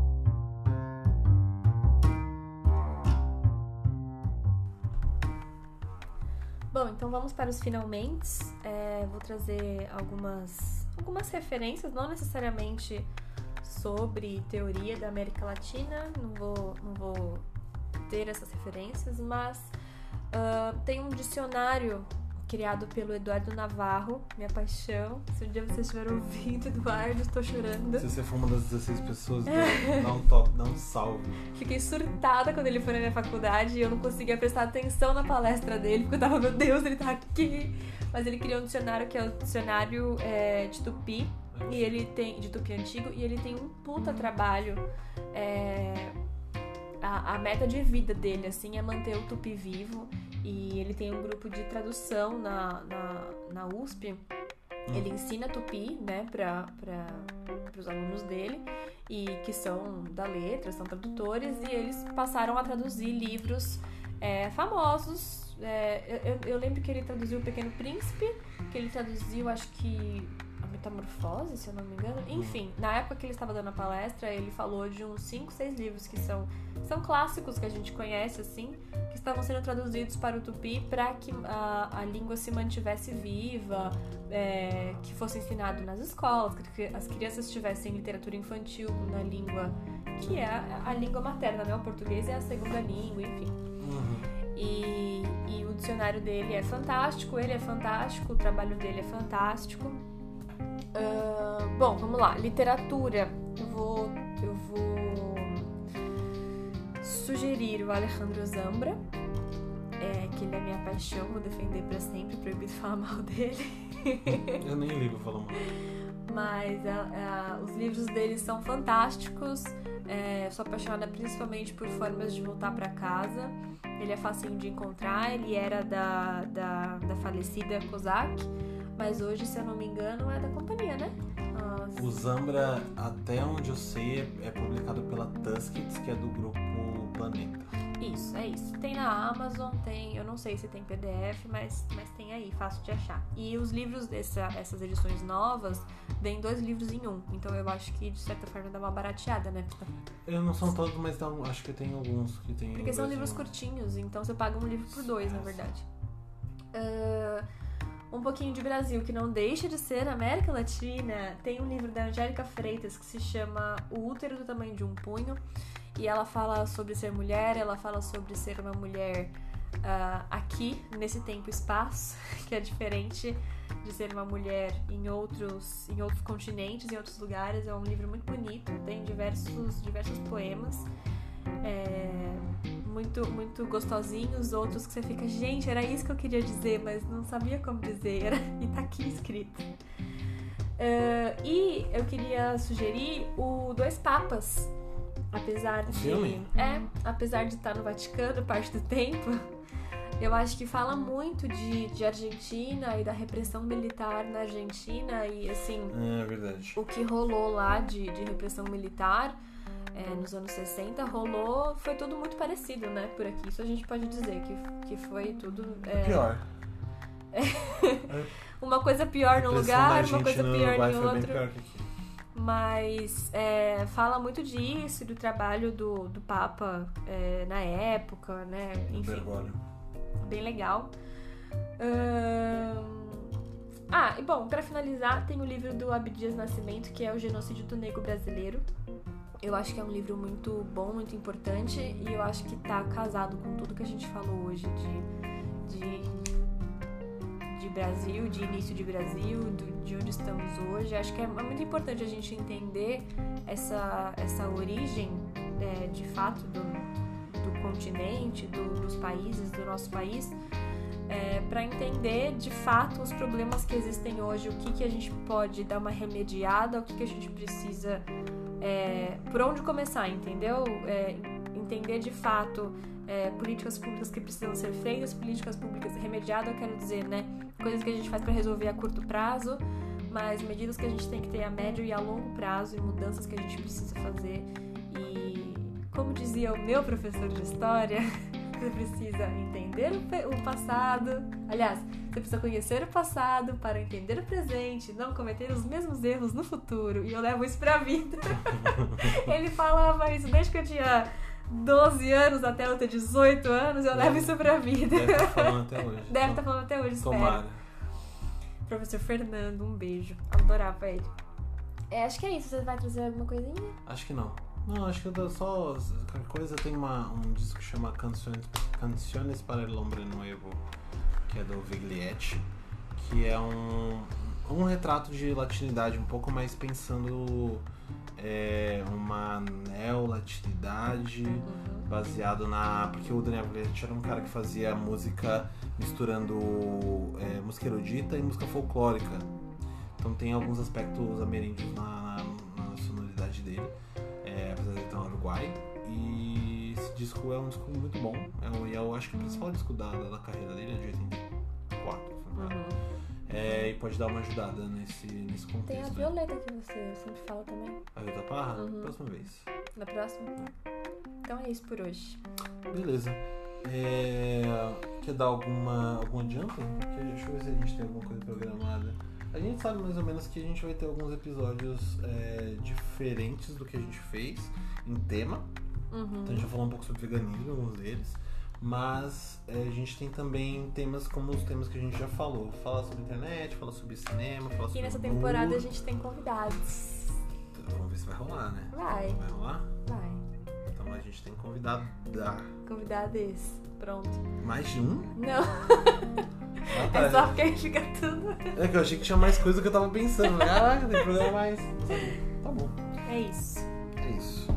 Bom, então vamos para os finalmente. É, vou trazer algumas, algumas referências, não necessariamente sobre teoria da América Latina, não vou, não vou ter essas referências, mas ah, tem um dicionário criado pelo Eduardo Navarro, minha paixão. Se um dia vocês estiverem ouvindo, Eduardo, estou chorando. Se você for uma das dezesseis pessoas, dá, dá um toque, dá um salve. Fiquei surtada quando ele foi na minha faculdade e eu não conseguia prestar atenção na palestra dele, porque eu tava, meu Deus, ele tá aqui. Mas ele criou um dicionário que é o dicionário é, de Tupi, e ele tem, de Tupi antigo, e ele tem um puta trabalho. É, a, a meta de vida dele, assim, é manter o Tupi vivo. E ele tem um grupo de tradução na, na, na U S P. Ele ensina Tupi, né, para os alunos dele, e que são da letra, são tradutores, e eles passaram a traduzir livros é, famosos. É, eu, eu lembro que ele traduziu O Pequeno Príncipe, que ele traduziu, acho que, A Metamorfose, se eu não me engano. Enfim, na época que ele estava dando a palestra, ele falou de uns cinco, seis livros que são, são clássicos que a gente conhece, assim, que estavam sendo traduzidos para o Tupi para que a, a língua se mantivesse viva, é, que fosse ensinado nas escolas, que as crianças tivessem literatura infantil na língua que é a, a língua materna, né? O português é a segunda língua, enfim. Uhum. E, e o dicionário dele é fantástico, ele é fantástico, o trabalho dele é fantástico. Uh, bom, vamos lá. Literatura. Eu vou, eu vou sugerir o Alejandro Zambra, é, que ele é minha paixão, vou defender pra sempre, proibido falar mal dele. Eu nem ligo falar mal. Mas a, a, os livros dele são fantásticos. É, sou apaixonada principalmente por Formas de Voltar pra Casa. Ele é facinho de encontrar, ele era da, da, da falecida Kozak, mas hoje, se eu não me engano, é da companhia, né? Nossa. O Zambra, até onde eu sei, é publicado pela Tuskits, que é do grupo Planeta. Isso, é isso. Tem na Amazon, tem, eu não sei se tem P D F, mas, mas tem aí, fácil de achar. E os livros dessa, essas edições novas, vem dois livros em um. Então eu acho que, de certa forma, dá uma barateada, né? Eu não são todos, mas dá um, acho que tem alguns que tem. Porque são dois livros em um. curtinhos, então você paga um livro por dois, na verdade. Uh, um pouquinho de Brasil, que não deixa de ser na América Latina. Tem um livro da Angélica Freitas que se chama O Útero do Tamanho de um Punho. E ela fala sobre ser mulher, ela fala sobre ser uma mulher uh, aqui, nesse tempo e espaço, que é diferente de ser uma mulher em outros, em outros continentes, em outros lugares. É um livro muito bonito, tem diversos, diversos poemas, é, muito, muito gostosinhos, outros que você fica, gente, era isso que eu queria dizer, mas não sabia como dizer, era, e tá aqui escrito. Uh, e eu queria sugerir o Dois Papas. Apesar de, Filme? é, apesar de estar no Vaticano parte do tempo, eu acho que fala muito de, de Argentina e da repressão militar na Argentina e, assim, É verdade. o que rolou lá de, de repressão militar é, nos anos sessenta, rolou, foi tudo muito parecido, né, por aqui. Isso a gente pode dizer, que, que foi tudo... É, Pior. uma coisa pior num lugar, uma coisa pior em outro. Pior que aqui. Mas é, fala muito disso, do trabalho do, do Papa é, na época, né? Enfim, Bergoglio. Bem legal. Hum... Ah, e bom, pra finalizar, tem o livro do Abdias Nascimento, que é o Genocídio do Negro Brasileiro. Eu acho que é um livro muito bom, muito importante, e eu acho que tá casado com tudo que a gente falou hoje de, de, de Brasil, de início de Brasil, do, de onde estamos hoje. Acho que é muito importante a gente entender essa, essa origem, é, de fato, do, do continente, do, dos países, do nosso país, é, para entender, de fato, os problemas que existem hoje, o que, que a gente pode dar uma remediada, o que, que a gente precisa... É, por onde começar, entendeu? É, entender de fato é, políticas públicas que precisam ser feitas, políticas públicas remediadas, eu quero dizer, né? Coisas que a gente faz para resolver a curto prazo, mas medidas que a gente tem que ter a médio e a longo prazo e mudanças que a gente precisa fazer. E, como dizia o meu professor de história, você precisa entender o passado, aliás, você precisa conhecer o passado para entender o presente, não cometer os mesmos erros no futuro. E eu levo isso pra vida. Ele falava isso desde que eu tinha doze anos até eu ter dezoito anos, eu levo isso pra vida. Deve estar falando até hoje. Deve estar falando até hoje, espero. Tomara. Professor Fernando, um beijo. Adorava ele. É, acho que é isso. Você vai trazer alguma coisinha? Acho que não. Não, acho que eu dou só qualquer coisa. Tem uma, um disco que chama Canciones, Canciones para el Hombre Nuevo, que é do Viglietti, que é um, um retrato de latinidade, um pouco mais pensando é, uma neolatinidade baseado na... Porque o Daniel Viglietti era um cara que fazia música misturando é, música erudita e música folclórica. Então tem alguns aspectos ameríndios na, na, na sonoridade dele. É, apesar de ele estar no Uruguai, e esse disco é um disco muito bom, é um, e eu acho que o principal disco da, da carreira dele é de oitenta e quatro, uhum. é, e pode dar uma ajudada nesse, nesse contexto. Tem a Violeta que você sempre fala também. A Violeta Parra? Uhum. Próxima vez. Na próxima? Então é isso por hoje. Beleza. É, quer dar alguma, algum adianto? Deixa eu ver se a gente tem alguma coisa programada. A gente sabe mais ou menos que a gente vai ter alguns episódios é, diferentes do que a gente fez em tema. Uhum. Então a gente vai falar um pouco sobre veganismo, alguns deles. Mas é, a gente tem também temas como os temas que a gente já falou. Falar sobre internet, falar sobre cinema, falar sobre E nessa humor. temporada a gente tem convidados. Então, vamos ver se vai rolar, né? Vai. Vai rolar? Vai. Então a gente tem convidado da... Convidados. Pronto. Mais de um? Não. Ah, tá. É só porque aí fica tudo. É que eu achei que tinha mais coisa do que eu tava pensando. Caraca, tem programa mais. Tá bom. É isso. É isso.